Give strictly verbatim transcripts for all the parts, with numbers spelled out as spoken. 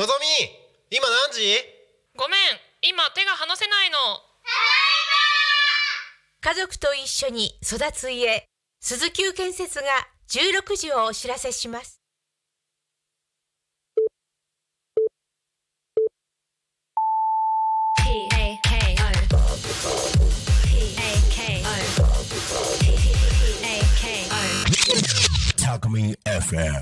のぞみ、今何時？ ごめん、今手が離せないの。 家族と一緒に育つ家、鈴木建設がじゅうろくじをお知らせします。 タコミン エフエム。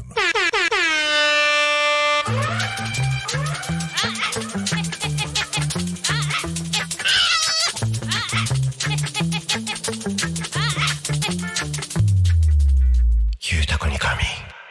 ゆうたこに仮眠。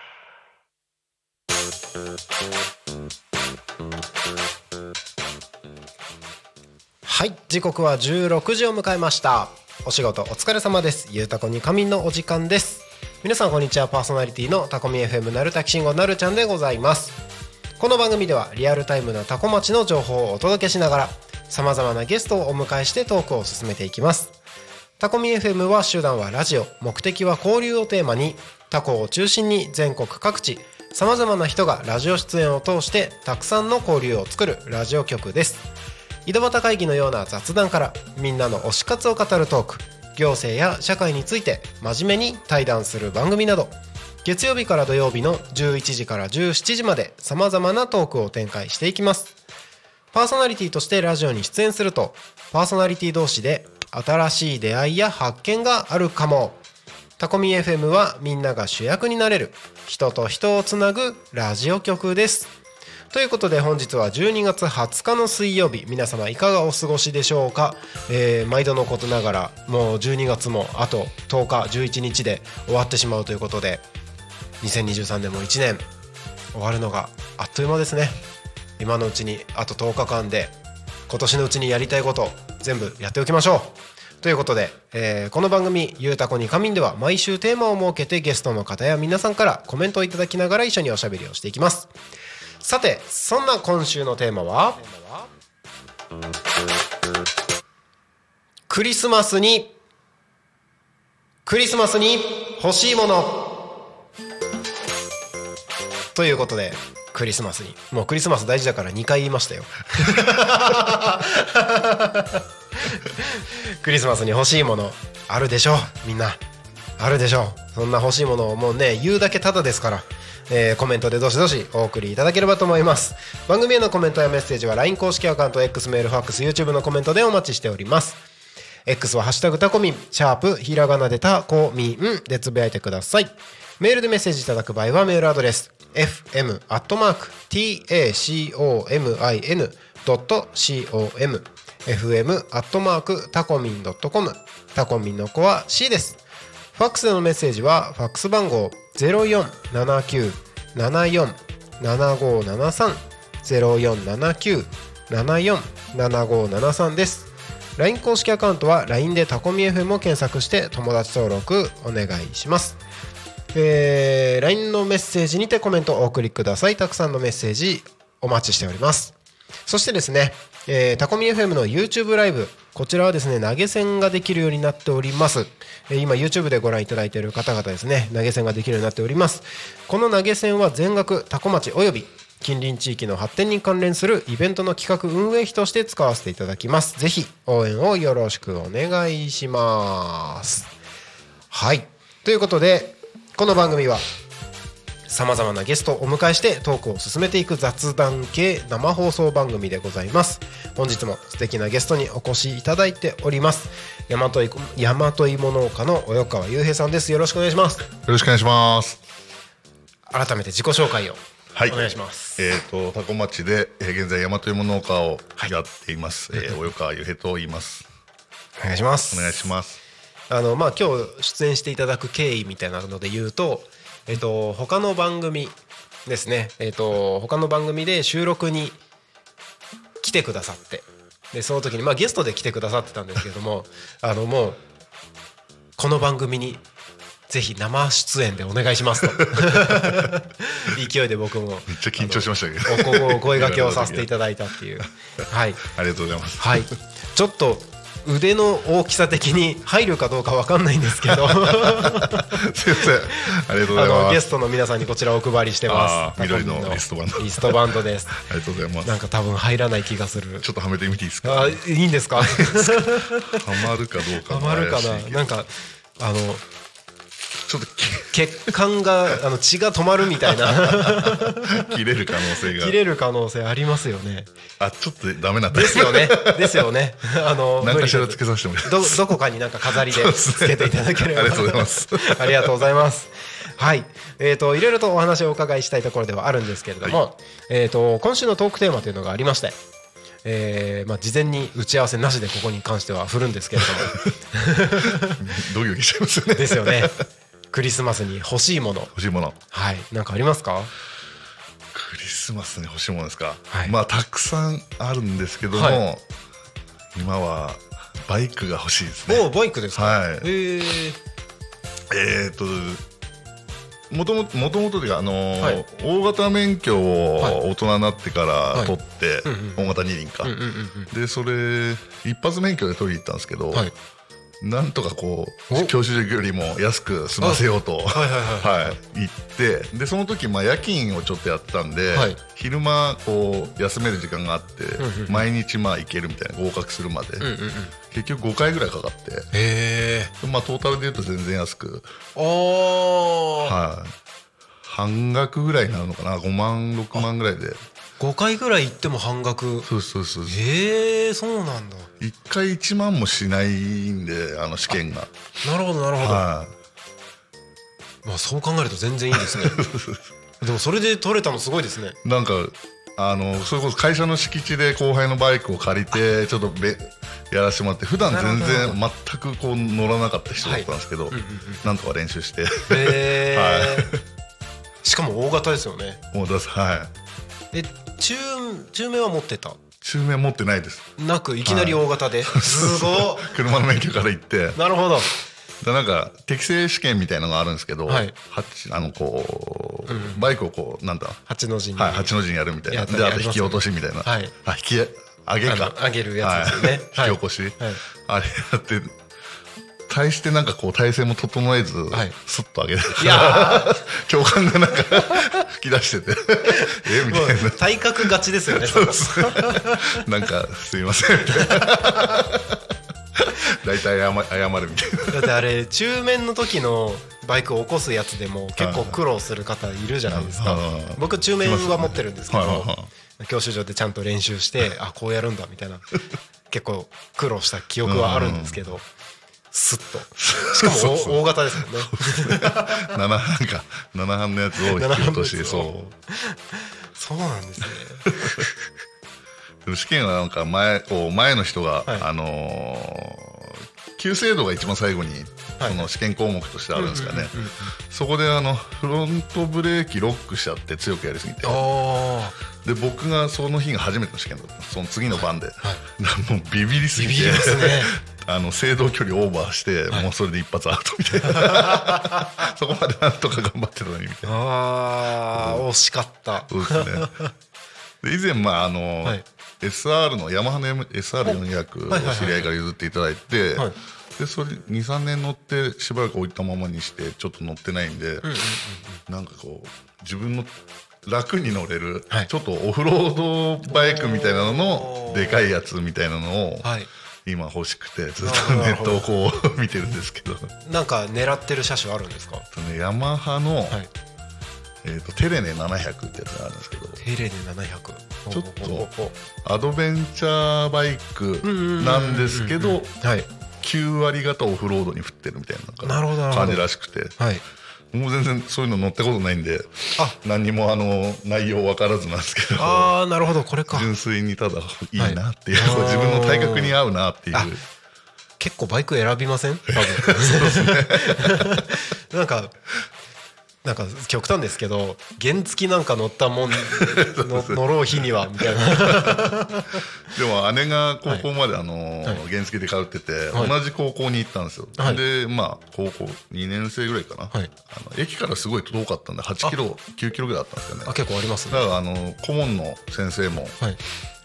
はい、時刻はじゅうろくじを迎えました。お仕事お疲れ様です。ゆうたこに仮眠のお時間です。皆さんこんにちは。パーソナリティのタコミ エフエム なるたきしんごなるちゃんでございます。この番組ではリアルタイムなタコ町の情報をお届けしながら、さまざまなゲストをお迎えしてトークを進めていきます。タコミ エフエム は手段はラジオ、目的は交流をテーマに、タコを中心に全国各地さまざまな人がラジオ出演を通してたくさんの交流を作るラジオ局です。井戸端会議のような雑談からみんなの推し活を語るトーク、行政や社会について真面目に対談する番組など、月曜日から土曜日のじゅういちじからじゅうしちじまでさまざまなトークを展開していきます。パーソナリティとしてラジオに出演すると、パーソナリティ同士で新しい出会いや発見があるかも。タコミ エフエム はみんなが主役になれる人と人をつなぐラジオ局です。ということで本日はじゅうにがつはつかの水曜日、皆様いかがお過ごしでしょうか。えー、毎度のことながらもうじゅうにがつもあととおかじゅういちにちで終わってしまうということで、にせんにじゅうさんねんもいちねん終わるのがあっという間ですね。今のうちにあととおかかんで今年のうちにやりたいこと全部やっておきましょうということで、えー、この番組ゆうたこに仮眠では毎週テーマを設けてゲストの方や皆さんからコメントをいただきながら一緒におしゃべりをしていきます。さて、そんな今週のテーマはクリスマスにクリスマスに欲しいものということで、クリスマスにもうクリスマス大事だからにかい言いましたよクリスマスに欲しいものあるでしょう。みんなあるでしょう。そんな欲しいものをもうね、言うだけただですから、えー、コメントでどしどしお送りいただければと思います。番組へのコメントやメッセージは ライン 公式アカウント、 X、 メール、ファックス、 YouTube のコメントでお待ちしております。 X はハッシュタグタコミン、シャープひらがなでタコミンでつぶやいてください。メールでメッセージいただく場合はメールアドレス エフエム アットマーク タコミン エフエム アットマーク タコミン ドットコム、 タコミンの子は C です。ファックスでのメッセージはファックス番号 ゼロよんななきゅうななよんななごななさん ゼロよんななきゅうななよんななごななさんです。 ライン 公式アカウントは ライン でタコミ エフエム を検索して友達登録お願いします。えー、ライン のメッセージにてコメントをお送りください。たくさんのメッセージお待ちしております。そしてですね、えー、タコミ エフエム の YouTube ライブ、こちらはですね投げ銭ができるようになっております。えー、今 YouTube でご覧いただいている方々ですね、投げ銭ができるようになっております。この投げ銭は全額タコ町および近隣地域の発展に関連するイベントの企画運営費として使わせていただきます。ぜひ応援をよろしくお願いします。はい、ということでこの番組はさまざまなゲストをお迎えしてトークを進めていく雑談系生放送番組でございます。本日も素敵なゲストにお越しいただいております。大和いも農家の及川雄平さんです。よろしくお願いします。よろしくお願いします。 改めて自己紹介をお願いします。 はい、えーとタコ町で、えー、現在大和いも農家をやっています、はい、えー、及川雄平と言います。 お願いします。 お願いします。 あの、まあ、今日出演していただく経緯みたいなので言うと、えっと、他の番組ですね、えっと、他の番組で収録に来てくださって、でその時に、まあ、ゲストで来てくださってたんですけどもあのもうこの番組にぜひ生出演でお願いしますと勢いで僕もめっちゃ緊張しましたけどお声掛けをさせていただいたっていうはい、 ありがとうございます。 はい、ちょっと腕の大きさ的に入るかどうかわかんないんですけどすいません、ありがとうございます。 あのゲストの皆さんにこちらお配りしてます。 緑のリストバンドリストバンドですありがとうございます。 なんか多分入らない気がする。 ちょっとはめてみていいですか。 あ、いいんですか。 はまるかどうかはもまるか怪しいけどな。なんかあのちょっと血管があの血が止まるみたいな切れる可能性が切れる可能性ありますよね。 あ、ちょっとダメなんだですよねですよね。あの何かしらつけさせてもらいます。 どどこかになんか飾りでつけていただければありがとうございますありがとうございます。はい、えーといろいろとお話をお伺いしたいところではあるんですけれども、 はい、 えーと今週のトークテーマというのがありまして、えーまあ、事前に打ち合わせなしでここに関しては振るんですけれどもドキドキしちゃいますよね。 ですよね。クリスマスに欲しいもの、 欲しいもの、 はい、なんかありますか。 クリスマスに欲しいものですか、 はい、 まあたくさんあるんですけども、はい、今はバイクが欲しいですね。 お、バイクですか。 はい、 えー、 えーともともともともとというか、あのーはい、大型免許を大人になってから取って、はい、大型二輪か、うんうんうんうん、でそれ一発免許で取りに行ったんですけど、はい、なんとかこう教習所よりも安く済ませようと言ってでその時まあ夜勤をちょっとやってたんで、はい、昼間こう休める時間があって、うんうん、毎日まあ行けるみたいな合格するまで、うんうんうん、結局ごかいぐらいかかってへまあトータルで言うと全然安くはい、半額ぐらいになるのかなごまんろくまんぐらいでごかいぐらい行っても半額。 そうそうそう。 へえ、そうなんだ。 いっかいいちまんもしないんで、あの試験が。 なるほどなるほど、 はい、 まあそう考えると全然いいですねでもそれで取れたのすごいですね。 なんかあのそれこそ会社の敷地で後輩のバイクを借りてちょっとべやらせてもらって、普段全然全くこう乗らなかった人だったんですけど、はい、うんうんうん、なんとか練習してへえ、はい、しかも大型ですよね。 大型です。はい。 え、中中面は持ってた？ 中面持ってないです。 なくいきなり大型で、はい、すごい車の免許から行って。 なるほど。 でなんか適正試験みたいなのがあるんですけど、はい、あのこう、うん、バイクをこうなんだはちの字に、 はい、はちの字にやるみたいなで、あと引き落としみたいな、はい、あ引き上げか上げるやつですよね、 はい、引き起こし、はい、あれやって対してなんかこう体勢も整えず、はい、スッと上げる、いや共感がなんか吹き出しててえみたいな、 体格勝ちですよね。 そうですねなんかすいませんみたいな大体謝, 謝るみたいな。 だってあれ中面の時のバイクを起こすやつでも結構苦労する方いるじゃないですか。僕中面は持ってるんですけど、教習所でちゃんと練習してあこうやるんだみたいな結構苦労した記憶はあるんですけど、スッとしかもそうそう大型ですもんねななはんかななはんのやつを引き落としてそうそうなんですね試験はなんか 前, こう前の人が、はい、あのー旧制度が一番最後にその試験項目としてあるんですかね。そこであのフロントブレーキロックしちゃって強くやりすぎて、で僕がその日が初めての試験だった。その次の番で、はい、もうビビりすぎてビビりますねあの制動距離オーバーして、はい、もうそれで一発アウトみたいなそこまでなんとか頑張ってたのにみたいな。 あー惜しかった。 そうですね。で以前まああの、はい、エスアール のヤマハの エスアールよんひゃく を知り合いから譲っていただいて、でそれ にさんねん乗ってしばらく置いたままにしてちょっと乗ってないんで、うんうんうん、なんかこう自分の楽に乗れる、はい、ちょっとオフロードバイクみたいなののでかいやつみたいなのを、はい、今欲しくてずっとネットをこう見てるんですけど。 なんか狙ってる車種あるんですか？ ヤマハの、はい、えーとテレネななひゃくってやつがあるんですけど、 テレネななひゃくちょっとアドベンチャーバイクなんですけどきゅうわり方オフロードに振ってるみたいな感じらしくて、はい、もう全然そういうの乗ったことないんであ何にもあの内容分からずなんですけど、 あーなるほどこれか。 純粋にただいいなっていう、はい、自分の体格に合うなっていう。 結構バイク選びません？多分そうですねなんかなんか極端ですけど原付なんか乗ったもんの乗ろう日にはみたいなでも姉が高校まであの原付で通ってて、はい、同じ高校に行ったんですよ、はい、でまあ高校にねん生ぐらいかな、はい、あの駅からすごい遠かったんではちキロきゅうキロぐらいあったんですよね。 あ結構ありますね。 だからあの顧問の先生も、はい、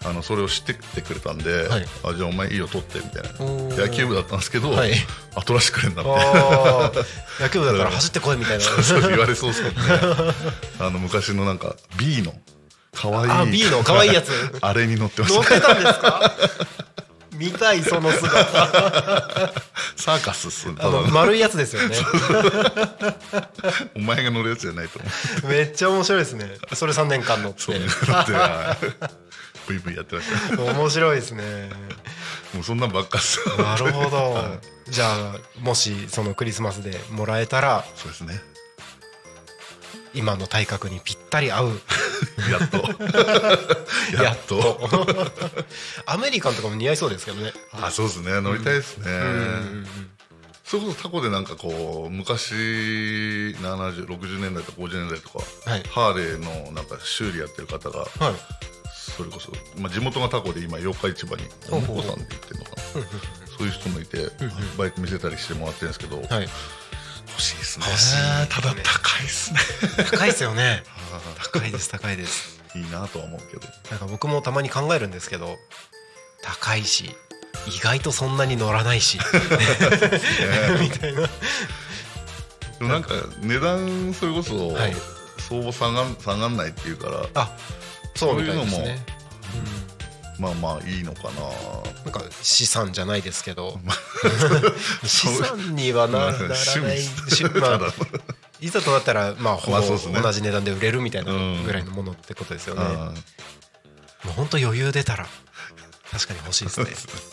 あのそれを知っててくれたんで、 はい、 あじゃあお前いいよ取ってみたいな。野球部だったんですけど、 はい、 あ取らせてくれんだみたいな。 野球部だから走ってこいみたいなそう言われそうですね。あの昔のなんか B のかわいいあ B のかわいいやつあれに乗ってました。 乗ってたんですか見たいその姿サーカスっすね。 あの丸いやつですよねお前が乗るやつじゃないと思うめっちゃ面白いですね。それさんねんかん乗ってそうね乗ってブイブイやってました面白いですね。 もうそんなんばっかっす。 なるほどじゃあもしそのクリスマスでもらえたらそうですね今の体格にぴったり合うやっとやっとアメリカンとかも似合いそうですけどね。 あそうですね乗りたいですね、うんうんうん、それこそタコでなんかこう昔ななじゅう、ろくじゅうねんだいとかごじゅうねんだいとか、はい、ハーレーのなんか修理やってる方が、はい、それこそ、まあ、地元がタコで今八日市場にお婿さんで言ってるのかなそういう人もいてバイク見せたりしてもらってるんですけど、はい欲しいですね。ただ高いですね。 高いですよね。高いです高いです。 いいなとは思うけど。 なんか僕もたまに考えるんですけど、高いし意外とそんなに乗らないしみたいな。でもなんか値段それこそ相場下がん下がんないっていうから、 あそうみたいですね。 そういうのもまあまあいいのかな。 なんか資産じゃないですけど資産にはならないまあ、いざとなったらまあほぼ同じ値段で売れるみたいなぐらいのものってことですよね。うん、もう本当余裕出たら確かに欲しいですね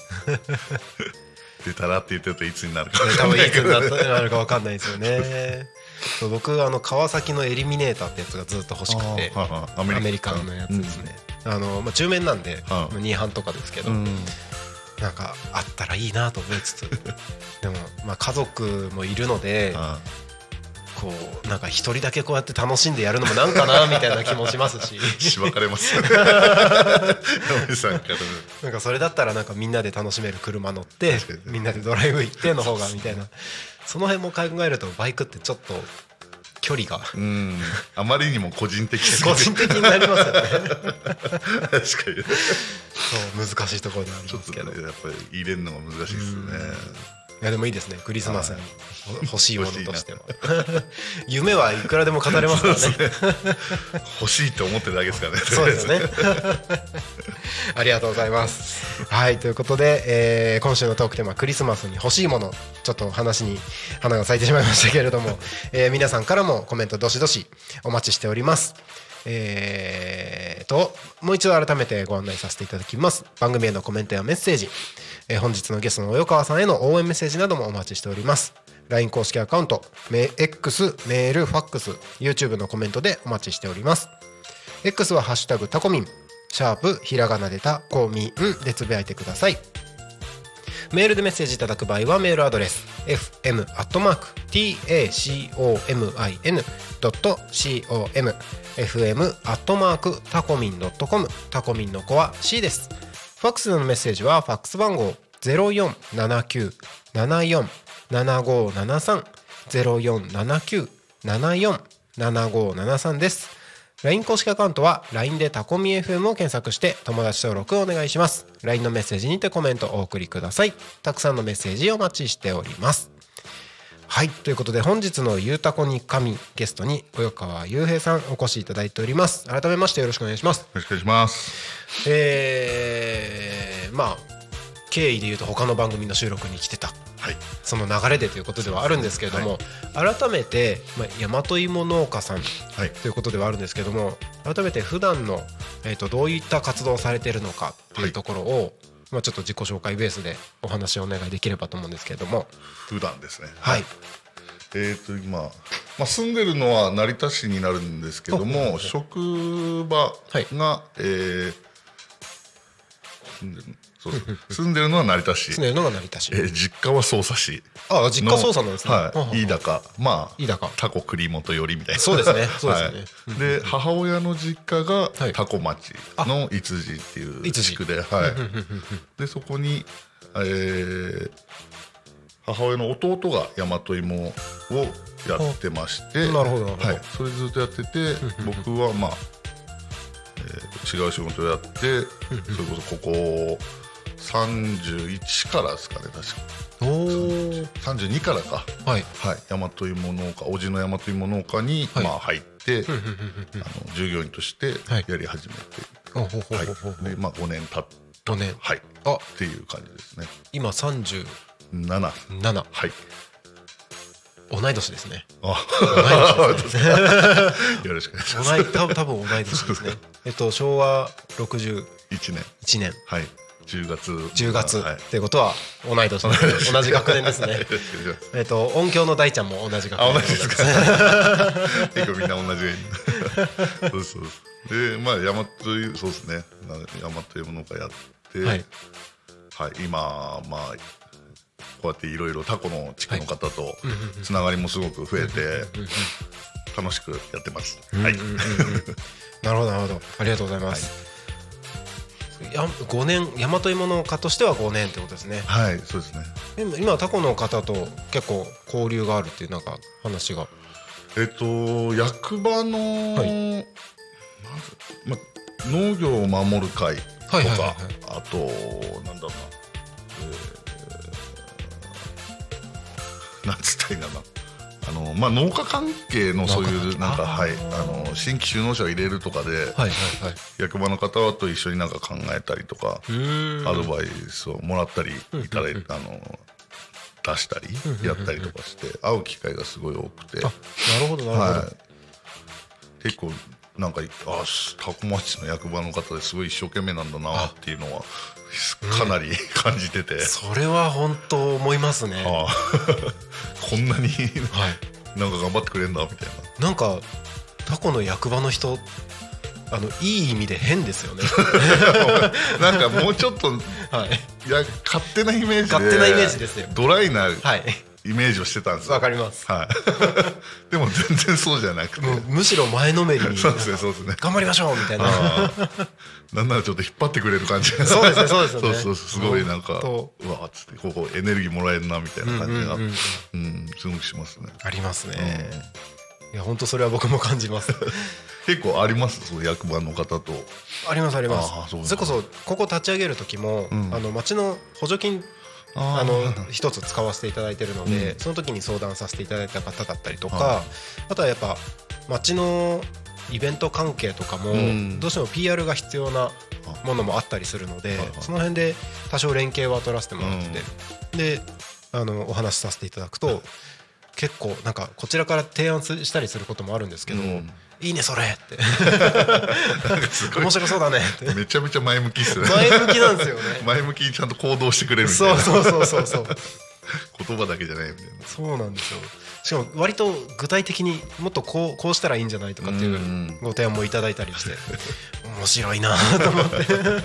出たらって言ってるといつになるか多分いつになるか分かんないですよね僕あの川崎のエリミネーターってやつがずっと欲しくてアメリカンのやつですね、うん、あのまあ、中面なんでに半とかですけど、うん、なんかあったらいいなと思いつつでもまあ家族もいるのでこうなんか一人だけこうやって楽しんでやるのもなんかなみたいな気もしますししばかれますなんかそれだったらなんかみんなで楽しめる車乗ってみんなでドライブ行っての方がみたいなその辺も考えるとバイクってちょっと距離がうんあまりにも個人的すぎて個人的になりますよね確かにそう難しいところでありますけど、 ね、やっぱり入れるのが難しいですね。 いやでもいいですねクリスマスに欲しいものとしては夢はいくらでも語れますからね欲しいって思ってるだけですからねそうですねありがとうございますはいということで、えー、今週のトークテーマクリスマスに欲しいものちょっと話に花が咲いてしまいましたけれども、えー、皆さんからもコメントどしどしお待ちしております。えーともう一度改めてご案内させていただきます。番組へのコメントやメッセージ、えー、本日のゲストの及川さんへの応援メッセージなどもお待ちしております。 ライン 公式アカウント X メールファックス YouTube のコメントでお待ちしております。 X はハッシュタグタコミンシャープひらがなでタコミンでつぶやいてください。メールでメッセージいただく場合はメールアドレス エフエム アットマーク タコミン ドット コム エフエム アットマーク タコミン ドット コム タコミンの子は C です。ファックスでのメッセージはファックス番号 ゼロよんななきゅう ななよん ななごななさん ゼロよんななきゅう ななよん ななごななさん です。 ライン 公式アカウントは ライン でタコミ エフエム を検索して友達登録をお願いします。 ライン のメッセージにてコメントをお送りください。たくさんのメッセージお待ちしております。はいということで本日のゆうたこに神ゲストに及川雄平さんお越しいただいております。改めましてよろしくお願いします。 よろしくお願いします。 えー、まあ経緯でいうと他の番組の収録に来てた、はい、その流れでということではあるんですけれども、はい、改めて、まあ、大和芋農家さん、はい、ということではあるんですけども改めて普段の、えーと、どういった活動をされているのかというところを、はいまあ、ちょっと自己紹介ベースでお話をお願いできればと思うんですけれども。 普段ですねはいえーと今、まあ、住んでるのは成田市になるんですけども職場が、はいえー、住んでるそうそう住んでるのは成田市住んでるのが成田市、 えー、実家は匝瑳市ああ実家匝瑳なんですね、 はい、飯高まあ飯高タコ栗本寄りみたいなそうですねそうですね、 はい、で母親の実家がタコ町のいつじっていう地区で、はい、でそこに、えー、母親の弟が大和芋をやってましてなるほどなるほど、 はい、それずっとやってて僕はまあ、えー、違う仕事をやって、うん、それこそここさんじゅういちからですかね、確かおさんじゅうにからか、はいはい、大和芋農家、おじの大和芋農家に、はいまあ、入って、あの従業員としてやり始めて、はいはいでまあ、ごねん経ったごねん、はい、あっていう感じですね。 今さんじゅうなな、ななはい、 同い年ですね。 あ同い年ですねよろしくお願いします。 同い多分多分同い年ですね。えっと昭和ろくじゅういちねんいちねんはいじゅうがつじゅうがつっていうことは同い年です、同じ学年ですねえっと音響の大ちゃんも同じ学年です。結構みんな同じようにそうそうでまあ大和そうですね大和芋農家やってはい、はい、今まあこうやっていろいろタコの地区の方とつながりもすごく増えて楽しくやってます。はいなるほどなるほど、ありがとうございます。やごねん大和芋農家としてはごねんってことですね。 はいそうですね。 今タコの方と結構交流があるっていうなんか話がえっと役場の、はいま、農業を守る会とか、はいはいはいはい、あとなんだろうな、えー、なんつったらいいんだなあのまあ、農家関係のそういうなんかはいあの新規就農者を入れるとかで、はいはいはい、役場の方と一緒になんか考えたりとかアドバイスをもらったりいただいてあの出したりやったりとかして会う機会がすごい多くて、あなるほどなるほど、はい、 結構なんかあ多古町の役場の方ですごい一生懸命なんだなっていうのはかなり感じてて、うん、 それは本当思いますね。あこんなに、はい、なんか頑張ってくれるんだみたいな。なんかタコの役場の人あのいい意味で変ですよねなんかもうちょっと、はい、いや勝手なイメージで勝手なイメージですよ、 ドライな、はいイメージをしてたんですよ。 わかります、 はい、でも全然そうじゃなくてもうむしろ前のめりにそうですねそうですね頑張りましょうみたいななんならちょっと引っ張ってくれる感じがそうですねそうですねそうそうすごいなんかうわっつってここエネルギーもらえるなみたいな感じがうんすごくしますね。 ありますね、うん、いや本当それは僕も感じます結構ありますその役場の方と。 ありますあります。あ そ, それこそここ立ち上げる時も、うん、あの町の補助金あの一つ使わせていただいているので、うん、その時に相談させていただいた方だったりとか、はい、あとはやっぱ町のイベント関係とかもどうしても ピーアール が必要なものもあったりするので、その辺で多少連携は取らせてもらってて、うん、であのお話しさせていただくと結構なんかこちらから提案したりすることもあるんですけど、うん、いいねそれってなんかすごい面白そうだねってめちゃめちゃ前向きっすね。 前向きなんですよね前向きにちゃんと行動してくれるみたいな。 そうそうそうそう言葉だけじゃないみたいな。 そうなんですよ。しかも割と具体的にもっとこうこうしたらいいんじゃないとかっていうご提案もいただいたりして面白いなと思ってなんか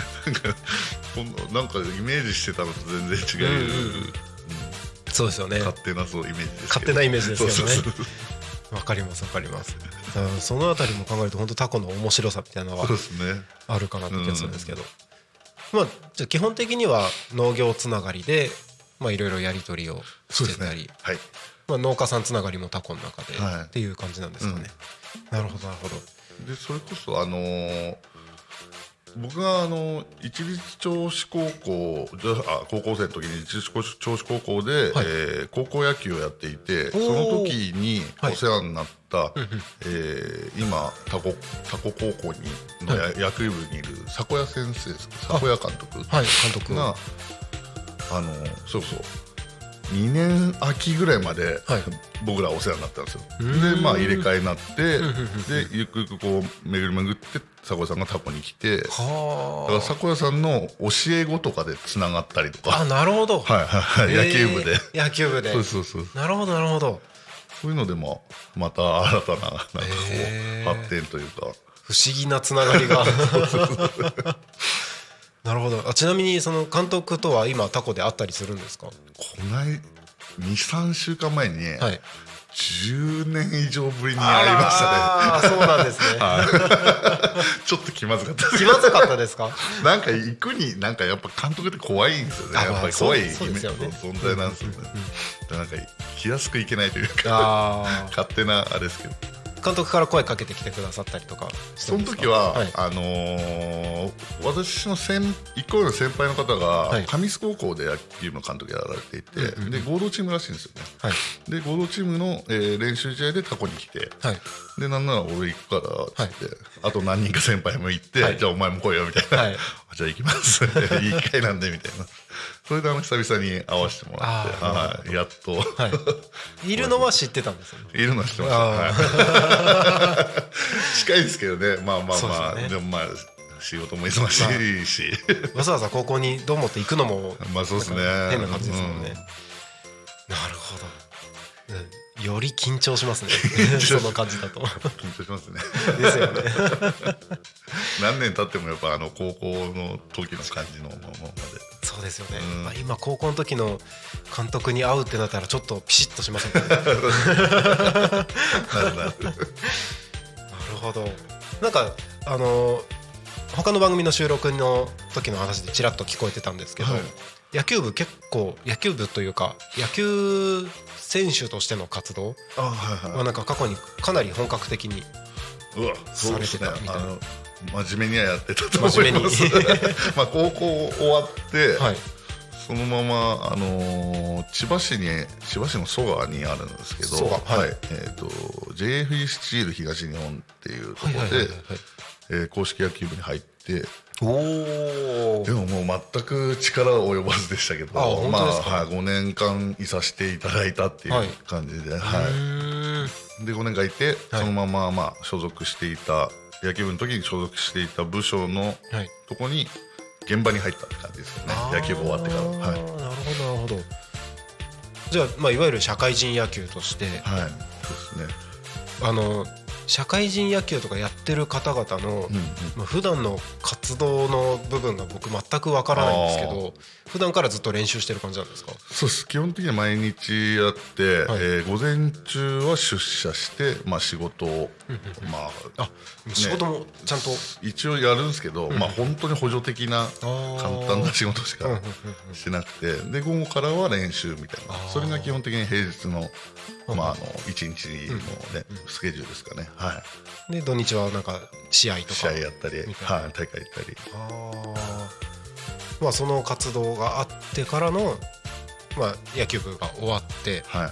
なんかイメージしてたのと全然違う、うんうん、 そうですよね。 勝手なそうイメージですけど勝手なイメージですけどね。そうそうそうわかりますわかります。そのあたりも考えると本当タコの面白さみたいなのはあるかなって気がするんですけど、まあじゃあ基本的には農業つながりでまあいろいろやり取りをしてたり、ねはいまあ、農家さんつながりもタコの中で、はい、っていう感じなんですかね、うん、なるほどなるほど。 でそれこそあのー、僕があの一律銚子高校あ高校生の時に一律銚子高校で、はいえー、高校野球をやっていて、その時にお世話になった、はいえー、今タコタコ高校にの、はい、野球部にいる迫谷先生ですか迫谷監督が、はい、監督があのそうそうにねん秋ぐらいまで僕らお世話になったんですよ。でまあ入れ替えになってでゆくゆくこう巡り巡って迫谷さんがタコに来て、だから迫谷さんの教え子とかでつながったりとか。 あなるほど。 はいはいはい野球部で野球部でそうそうそうなるほどなるほど。 そういうのでもまた新たななんかこう発展というか不思議なつながりがなるほど。あちなみにその監督とは今タコで会ったりするんですか？こないにさんしゅうかんまえに、はい、じゅうねん以上ぶりに会いましたね。 ああそうなんですねちょっと気まずかった気まずかったですか？なんか行くになんかやっぱ監督って怖いんですよね。やっぱり怖い存在なんですよね。なんか気安くいけないというか勝手なあれですけど監督から声かけてきてくださったりとかしてそのるんですか？ 時は、 はい、 あのー、私の先一個上の先輩の方が、はい、上須高校で野球の監督やられていて、うんうん、で合同チームらしいんですよね、はい、で合同チームの、えー、練習試合でタコに来て、はい、でなんなら俺行くからっつって、はい、あと何人か先輩も行って、はい、じゃあお前も来いよみたいな、はい、じゃあ行きますいい機会なんでみたいな、それであの久々に会わせてもらって、はい、やっと、はい、いるのは知ってたんですよね。 いるのは知ってました、はい、近いですけどね、まあまあまあ で,、ね、でもまあ仕事も忙しいし、 まあ、わざわざ高校にどう思って行くのもまあそうですね、 変な感じですもんね、うん、なるほど、うん、より緊張しますねその感じだと緊張しますねですよね何年経ってもやっぱあの高校の時の感じのままで。 そうですよね、うん、まあ、今高校の時の監督に会うってなったらちょっとピシッとしませんかねなるほど。なんかあの他の番組の収録の時の話でちらっと聞こえてたんですけど、はい、野球部結構野球部というか野球選手としての活動はなんか過去にかなり本格的にされてたみたいな。 真面目にはやってたと思いますまあ高校終わって、はい、そのまま、あのー、千葉市に千葉市の蘇我にあるんですけど、はいはい、えー、と ジェイエフイー スチール東日本っていうところで公式野球部に入って、おでももう全く力及ばずでしたけど、あ、まあ、はい、ごねんかんいさせていただいたっていう感じで、はいはい、でごねんかんいてそのまま、まあ、所属していた野球部の時に所属していた部署のとこに現場に入ったって感じですよね、はい、野球部終わってから。はい、なるほどなるほど。じゃあ、まあ、いわゆる社会人野球として、 はい、そうですね、 あの社会人野球とかやってる方々の、うんうん、まあ、普段の活動の部分が僕全くわからないんですけど、普段からずっと練習してる感じなんですか？ そうです、基本的には毎日やって、はい、えー、午前中は出社して、まあ、仕事を、うんうん、まああ、ね、仕事もちゃんと一応やるんですけど、うん、まあ、本当に補助的な簡単な仕事しかしてなくて、で午後からは練習みたいな、それが基本的に平日の、まあ、あのいちにちの、ね、うん、スケジュールですかね。はい、 で土日はなんか試合とか試合やったり、はい、大会行ったり、 あ、まあ、その活動があってからの、まあ、野球部が終わって、はい、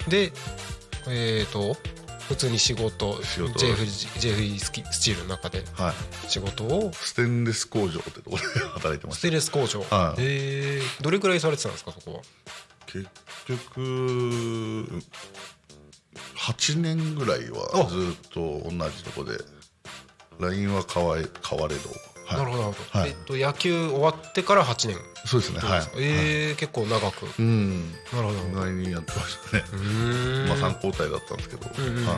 で、えーと普通に仕事 ジェイエフイー スチールの中で仕事を、はい、 ステンレス工場ってところで働いてました。 ステンレス工場、はい、えー、どれくらいされてたんですか、そこは？ 結局はちねんぐらいはずっと同じとこで、ラインは変われど、 はい、なるほどなるほど、はい、えっと、野球終わってからはちねん。 そうですね、はい、 えーはい、結構長く、うん、なるほど、 意外にやってましたね。うーん、まあ、さん交代だったんですけど、はい、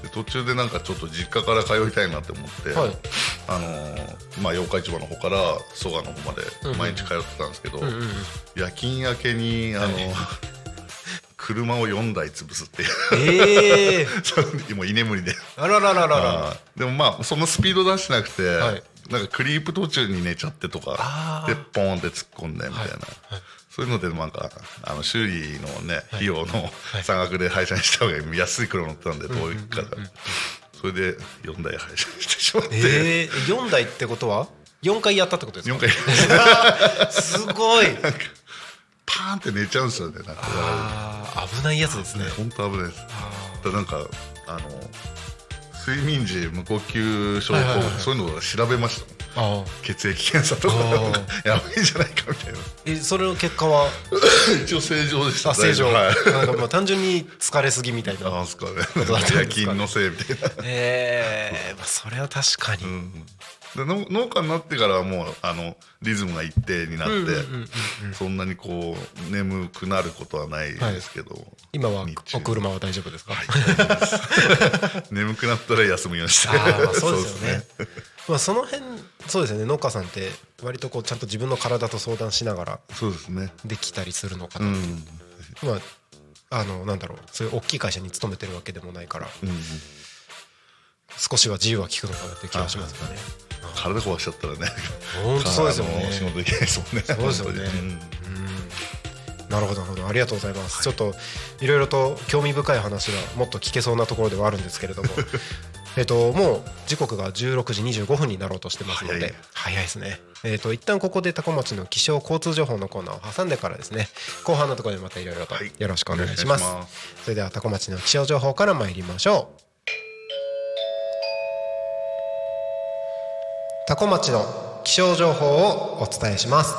で途中でなんかちょっと実家から通いたいなって思って、はい、あのーまあ、八日市場の方から蘇我の方まで毎日通ってたんですけど、うんうんうん、夜勤明けにあの、はい、車をよんだい潰すっていう、えー、もう居眠りで、 あららららら、 でもまあそのスピード出してなくて、はい、なんかクリープ途中に寝ちゃってとかでポーンって突っ込んでみたいな、はいはい、そういうのでなんかあの修理のね費用の差額で廃車にした方が安い車乗ってたんで遠いから、それでよんだい廃車にしてしまって、 えー、よんだいってことはよんかいやったってことですか？ よんかいすごいなんかパーンって寝ちゃうんですよね。なんかあ危ないやつですね。 本当危ないです。だなんかあの睡眠時無呼吸症候群、はいはいはい、そういうのを調べましたもん。あ血液検査とかやばいんじゃないかみたいな。 えそれの結果は一応正常でした。 あ正常、はい、なんかまあ単純に疲れすぎみたいな。 あですかね。夜勤のせいみたいな。 ええー、まあそれは確かに、うん、 で農家になってからはもうあのリズムが一定になって、うんうんうんうん、そんなにこう眠くなることはないですけど、はい、 今はお車は大丈夫ですか？はい、 眠くなったら休むようにして。 あ、まあそうですよね。まあその辺そうですよね。農家さんって割とこうちゃんと自分の体と相談しながらそうですねできたりするのかなって、うん、まああのなんだろうそういう大きい会社に勤めてるわけでもないから、うんうん、少しは自由は利くのかなって気がしますよね。 体壊しちゃったらね本当そうですよね。 仕事できないですもんね。 そうですよね、うんうん、 なるほどなるほど、ありがとうございます、はい、ちょっといろいろと興味深い話がもっと聞けそうなところではあるんですけれどもえっともう時刻がじゅうろくじにじゅうごふんになろうとしてますので、早い、早いですね。えっと一旦ここで多古町の気象交通情報のコーナーを挟んでからですね、後半のところでまたいろいろとよろしくお願いします、はい、それでは多古町の気象情報から参りましょう。多古町の気象情報をお伝えします。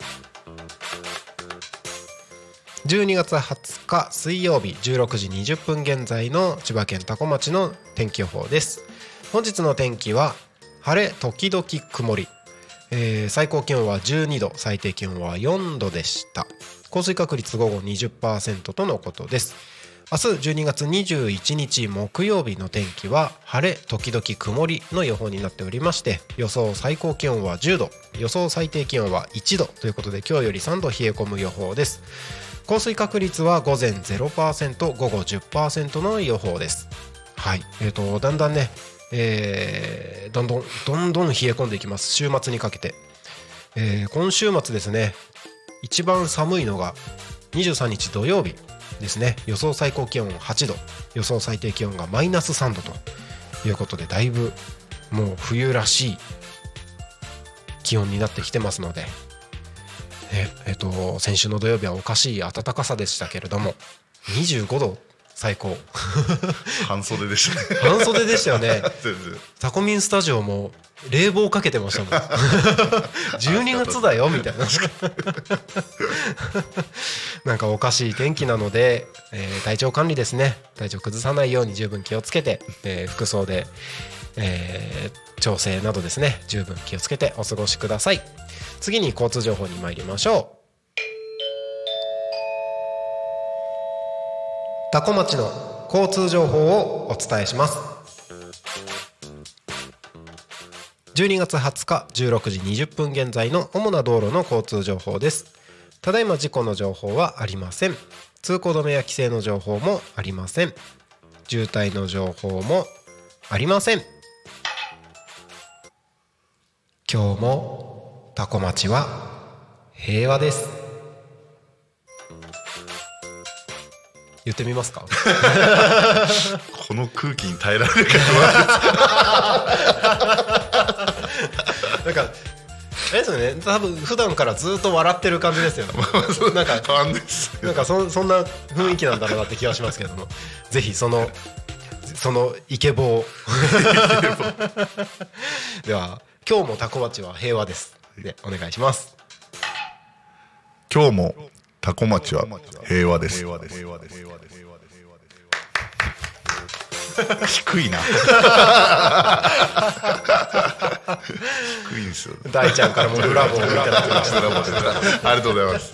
じゅうにがつはつか水曜日じゅうろくじにじゅっぷん現在の千葉県多古町の天気予報です。本日の天気は晴れ時々曇り、えー、最高気温はじゅうにど、最低気温はよんどでした。降水確率午後 にじゅっパーセント とのことです。明日じゅうにがつにじゅういちにち木曜日の天気は晴れ時々曇りの予報になっておりまして、予想最高気温はじゅうど、予想最低気温はいちどということで、今日よりさんど冷え込む予報です。降水確率は午前 ゼロパーセント、午後 じゅっパーセント の予報です。はい、えーとだんだんね、えー、どんどんどんどん冷え込んでいきます。週末にかけて、えー、今週末ですね、一番寒いのがにじゅうさんにち土曜日ですね。予想最高気温はちど、予想最低気温がマイナスさんどということで、だいぶもう冬らしい気温になってきてますので、ええっと、先週の土曜日はおかしい暖かさでしたけれども、にじゅうごど最高半袖でしたね半袖でしたよねタコミンスタジオも冷房かけてましたもんじゅうにがつだよみたいななんかおかしい天気なので、えー、体調管理ですね。体調崩さないように十分気をつけて、えー、服装で、えー、調整などですね、十分気をつけてお過ごしください。次に交通情報に参りましょう。多古町の交通情報をお伝えします。じゅうにがつはつかじゅうろくじにじゅっぷん現在の主な道路の交通情報です。ただいま事故の情報はありません。通行止めや規制の情報もありません。渋滞の情報もありません。今日も多古町は平和です。言ってみますかこの空気に耐えられるかなんかあれですよね、多分普段からずっと笑ってる感じですよねなんか変わんないです。 なんか そ, そんな雰囲気なんだろうなって気がしますけれどもぜひそのそのイケボをでは今日も多古町は平和ですでお願いします。 今日も多古町は平和です。平和です。平和です。低いな低いんですよ。 大ちゃんからもブラボーをいただきましたありがとうございます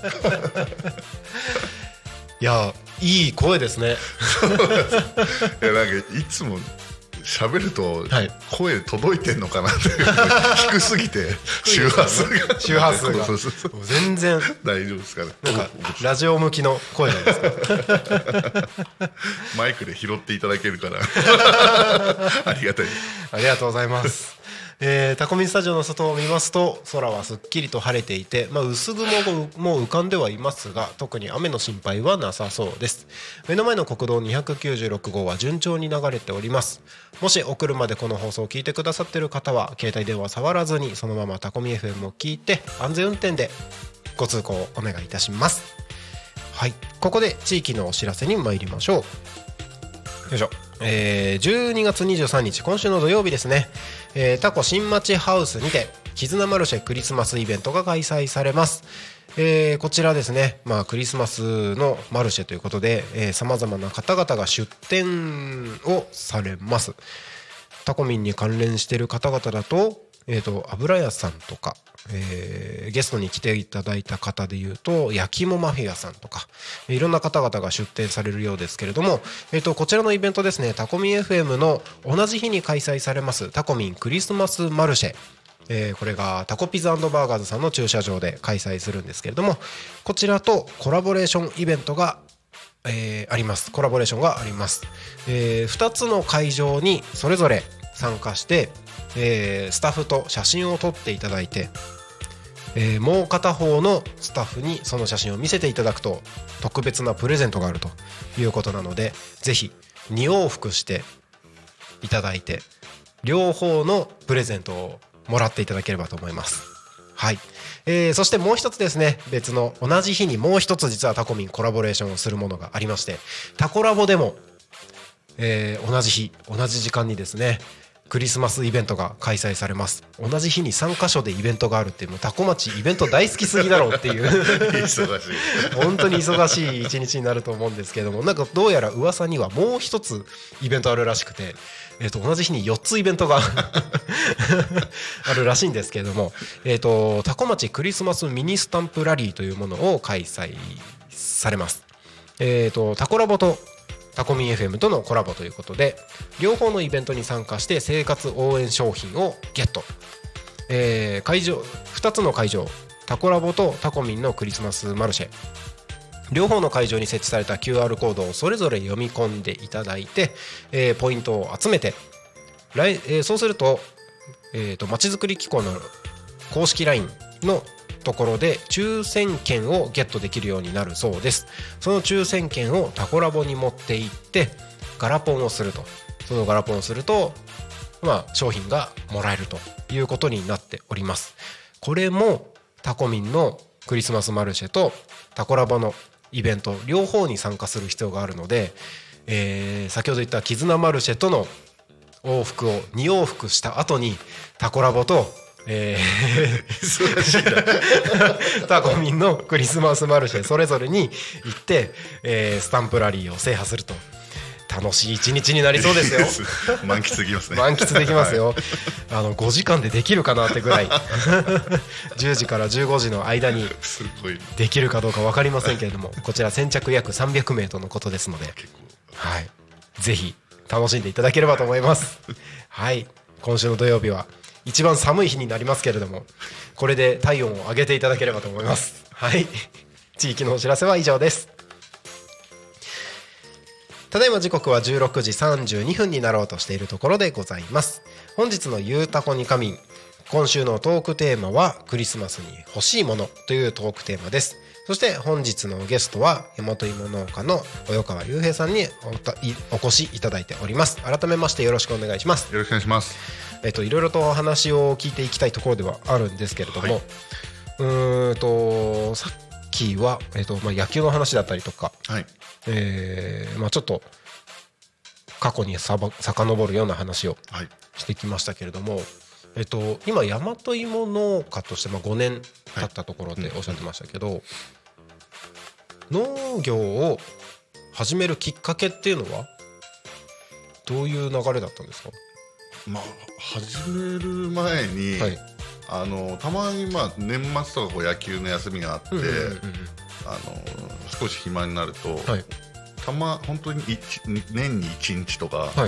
いやいい声ですねいやなんかいつも喋ると声届いてんのかなって低すぎて周波数が周波数が全然大丈夫ですかね。 なんかラジオ向きの声じゃないですかマイクで拾っていただけるからありがたい。 ありがとうございますえー、タコミンスタジオの外を見ますと空はすっきりと晴れていて、まあ、薄雲も浮かんではいますが特に雨の心配はなさそうです。目の前の国道にひゃくきゅうじゅうろくごうは順調に流れております。もしお車でこの放送を聞いてくださっている方は携帯電話触らずにそのままタコミ エフエム を聞いて安全運転でご通行をお願いいたします。はい、ここで地域のお知らせに参りましょう。よいしょ。えー、じゅうにがつにじゅうさんにち今週の土曜日ですね、えー、タコ新町ハウスにて絆マルシェクリスマスイベントが開催されます。えー、こちらですね、まあ、クリスマスのマルシェということでさまざまな方々が出店をされます。タコミンに関連している方々だと、えーと、油屋さんとか、えー、ゲストに来ていただいた方でいうと焼き芋マフィアさんとかいろんな方々が出店されるようですけれども、えーと、こちらのイベントですね、タコミン エフエム の同じ日に開催されますタコミンクリスマスマルシェ、えー、これがタコピザ&バーガーズさんの駐車場で開催するんですけれども、こちらとコラボレーションイベントが、えー、あります。コラボレーションがあります。えー、ふたつの会場にそれぞれ参加して、えー、スタッフと写真を撮っていただいて、 えー、もう片方のスタッフにその写真を見せていただくと特別なプレゼントがあるということなので、ぜひに往復していただいて両方のプレゼントをもらっていただければと思います。はい、えー、そしてもう一つですね、別の同じ日にもう一つ実はタコミンコラボレーションをするものがありまして、タコラボでも、えー、同じ日同じ時間にですねクリスマスイベントが開催されます。同じ日にさんカ所でイベントがあるっていう、もうタコ町イベント大好きすぎだろうっていう忙しい本当に忙しい一日になると思うんですけれども、なんかどうやら噂にはもう一つイベントあるらしくて、えー、と同じ日によっつイベントがあるらしいんですけれども、えー、とタコ町クリスマスミニスタンプラリーというものを開催されます。えー、とタコラボとタコミン エフエム とのコラボということで、両方のイベントに参加して生活応援商品をゲット、えー、会場ふたつの会場、タコラボとタコミンのクリスマスマルシェ、両方の会場に設置された キューアール コードをそれぞれ読み込んでいただいて、えー、ポイントを集めて、来、えー、そうすると、えーと、まちづくり機構の公式 ライン のところで抽選券をゲットできるようになるそうです。その抽選券をタコラボに持って行ってガラポンをすると、そのガラポンをすると、まあ、商品がもらえるということになっております。これもタコミンのクリスマスマルシェとタコラボのイベント両方に参加する必要があるので、えー、先ほど言った絆マルシェとの往復をに往復した後にタコラボとえー、忙しいなタコミンのクリスマスマルシェそれぞれに行って、えー、スタンプラリーを制覇すると楽しい一日になりそうですよ満喫できますね。 満喫できますよ、はい、あのごじかんでできるかなってぐらいじゅうじからじゅうごじの間にできるかどうか分かりませんけれども、こちら先着約さんびゃくめいとのことですので、はい、ぜひ楽しんでいただければと思いますはい、今週の土曜日は一番寒い日になりますけれども、これで体温を上げていただければと思います。はい、地域のお知らせは以上です。ただいま時刻はじゅうろくじさんじゅうにふんになろうとしているところでございます。本日のゆうたこにかみん、今週のトークテーマはクリスマスに欲しいものというトークテーマです。そして本日のゲストは大和芋農家の及川雄平さんに お, お越しいただいております。改めましてよろしくお願いします。 よろしくお願いします。 えっといろいろとお話を聞いていきたいところではあるんですけれども、はい、うーんとさっきは、えっとまあ、野球の話だったりとか、はい、えーまあ、ちょっと過去にさば遡るような話をしてきましたけれども、はい、えっと、今大和芋農家としてまあごねん経ったところでおっしゃってましたけど、はい、農業を始めるきっかけっていうのはどういう流れだったんですか？ まあ、始める前に、はい、あのたまにまあ年末とかこう野球の休みがあって、うんうんうんうん、あの少し暇になると、はい、たま本当に年にいちにちとか、はい、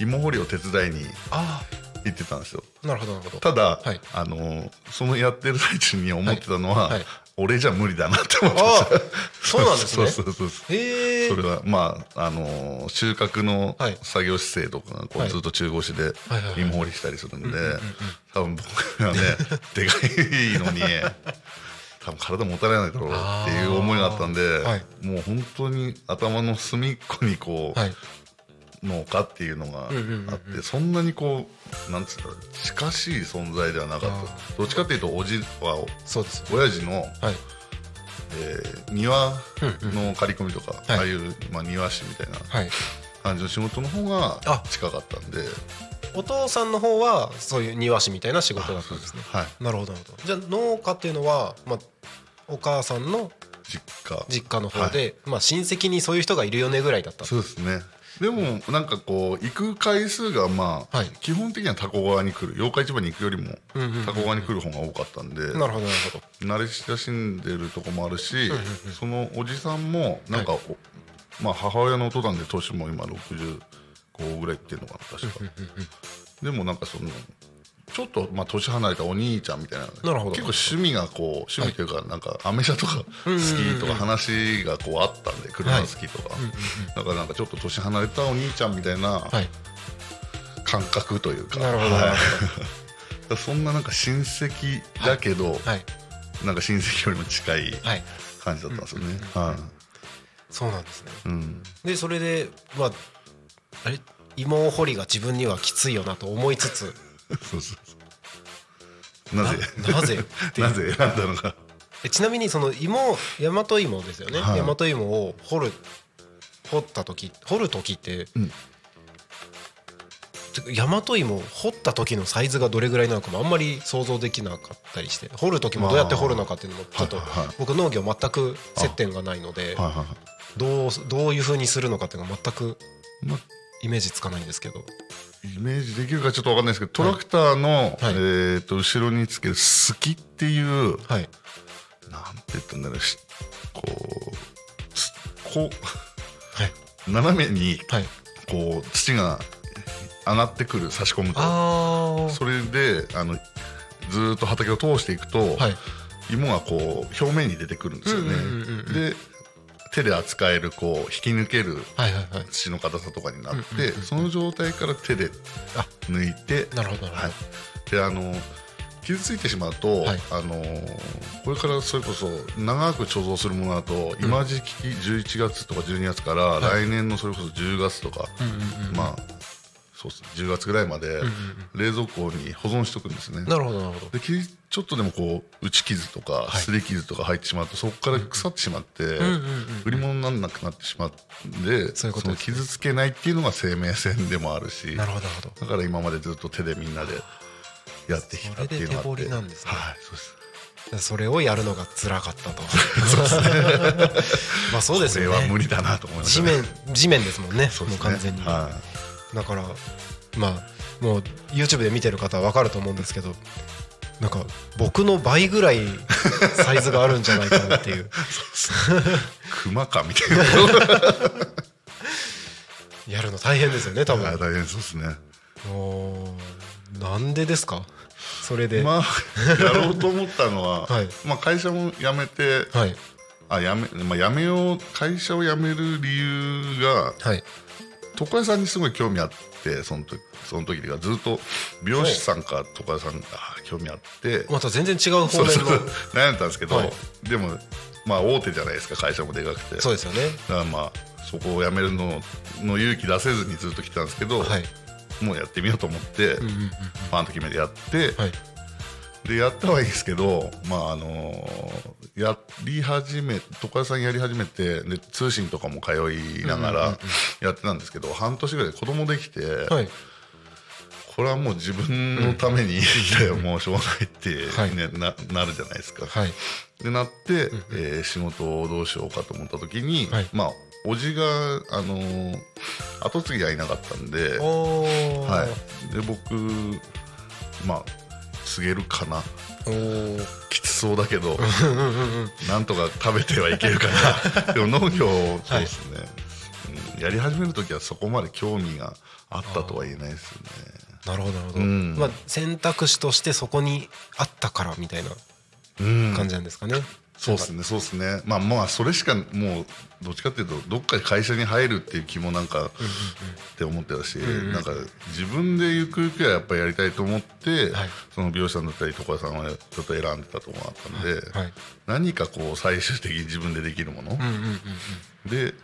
芋掘りを手伝いに行ってたんですよ。 なるほどなるほど。 ただ、はい、あのそのやってる最中に思ってたのは、はいはい、俺じゃ無理だなって思ってました。 そうなんですね。 そうそうそうそう。へー。それはまああの収穫の作業姿勢とかこうずっと中腰で芋掘りしたりするんで、多分僕がねでかいのに多分体持たれないだろうっていう思いがあったんで、はい、もう本当に頭の隅っこにこう、はい、農家っていうのがあって、うんうんうんうん、そんなにこうなんつうか近しい存在ではなかった。どっちかっていうとおじはそうです、親父の、はい、えー、庭の刈り込みとか、うんうん、ああいう、まあ、庭師みたいな感じの仕事の方が近かったんで、 お父さんの方はそういう庭師みたいな仕事だったんですね。はい、なるほどなるほど。じゃあ農家っていうのは、まあ、お母さんの実家実家の方で、はい、まあ、親戚にそういう人がいるよねぐらいだった。 そうですね。でもなんかこう行く回数がまあ、はい、基本的にはタコ川に来る、八日市場に行くよりもタコ川に来る方が多かったんで、なるほどなるほど。慣れ親しんでるとこもあるし、うんうんうん、そのおじさんもなんか、はい、まあ母親の登山で年も今ろくじゅうごぐらいっていうのかな確か、うんうんうん、でもなんかそのちょっとまあ年離れたお兄ちゃんみたいな、なるほど、結構趣味がこう趣味というかなんかアメ車とか好きとか話がこうあったんで、車好きとか、だからなんかちょっと年離れたお兄ちゃんみたいな感覚というか、なるほど、はい、そんななんか親戚だけど、はいはい、 なんか親戚よりも近い感じだったんですよね。はい、 そうなんですね、 うん、 でそれでまああれ芋掘りが自分にはきついよなと思いつつそうそうそうなぜななぜっていうなぜ選んだのか。 えちなみにその芋大和芋ですよね、はい、大和芋を掘る掘った時掘る時って、うん、大和芋を掘った時のサイズがどれぐらいなのかもあんまり想像できなかったりして、掘る時もどうやって掘るのかっていうのもちょっと僕農業全く接点がないのでどうどういう風にするのかっていうのが全くイメージつかないんですけど、 イメージできるかちょっと分かんないですけど、トラクターの、はいえー、と後ろにつけるすきっていう、はい、なんて言ったんだろう、こうこう、はい、斜めにこう土が上がってくる、差し込むと、あそれであのずっと畑を通していくと、はい、芋がこう表面に出てくるんですよね。で手で扱えるこう引き抜ける土の硬さとかになって、その状態から手で抜いて、なるほど、はい、であの傷ついてしまうと、はい、あのこれからそれこそ長く貯蔵するものだと、うん、今時期じゅういちがつとかじゅうにがつから、はい、来年のそれこそじゅうがつとか、まあそうですね、じゅうがつぐらいまで冷蔵庫に保存しておくんですね。 なるほどなるほど。 でちょっとでもこう打ち傷とか擦れ傷とか入ってしまうと、そこから腐ってしまって売り物にならなくなってしまうんで、その傷つけないっていうのが生命線でもあるし、なるほどだから今までずっと手でみんなでやってきたっていうのがあって、それで手彫りなんですね。はい、そうです。 それをやるのが辛かったとそうですねまあそうですよね、 これは無理だなと思いました、 ね、地面地面ですもんね、もう完全に、はい、だからまあもう YouTube で見てる方は分かると思うんですけど、なんか僕の倍ぐらいサイズがあるんじゃないかなっていう熊かみたいなやるの大変ですよね多分。 大変そうですね。 おなんでですかそれで。 まあやろうと思ったのは、はい、まあ会社も辞めて、はい、あやめ、まあ、辞めよう会社を辞める理由が、はい、床屋さんにすごい興味あって、その時その時がずっと美容師さんか床屋さんが興味あって、 また全然違う方面のそうそう悩んだんですけど、はい、でもまあ大手じゃないですか、会社もでかくて。 そうですよね。 だからまあそこを辞めるのの勇気出せずにずっと来たんですけど、はい、もうやってみようと思って、うんうんうん、パンと決めてやって、はい、でやったはいいですけど、まああのー、やり始め床屋さんやり始めて、で通信とかも通いながらやってたんですけど、うんうんうん、半年ぐらいで子供できて、はい、これはもう自分のために生きたよ、もうしょうがないって、ねはい、な, なるじゃないですか。はい、でなって、うんうんえー、仕事をどうしようかと思った時に、はい、まあおじが、あのー、後継ぎがいなかったんで、はい、で僕まあ継げるかな、きつそうだけどなんとか食べてはいけるかなでも農業そうですね、はいうん、やり始める時はそこまで興味があったとは言えないですよね。 なるほどなるほど、うんまあ、選択肢としてそこにあったからみたいな感じなんですかね。うんそうですね、そうですね。まあまあそれしかもうどっちかっていうとどっかで会社に入るっていう気もなんかって思ってたし、なんか自分でゆくゆくはやっぱりやりたいと思って、その美容師さんだったり床屋さんはちょっと選んでたところがあったんで、何かこう最終的に自分でできるもので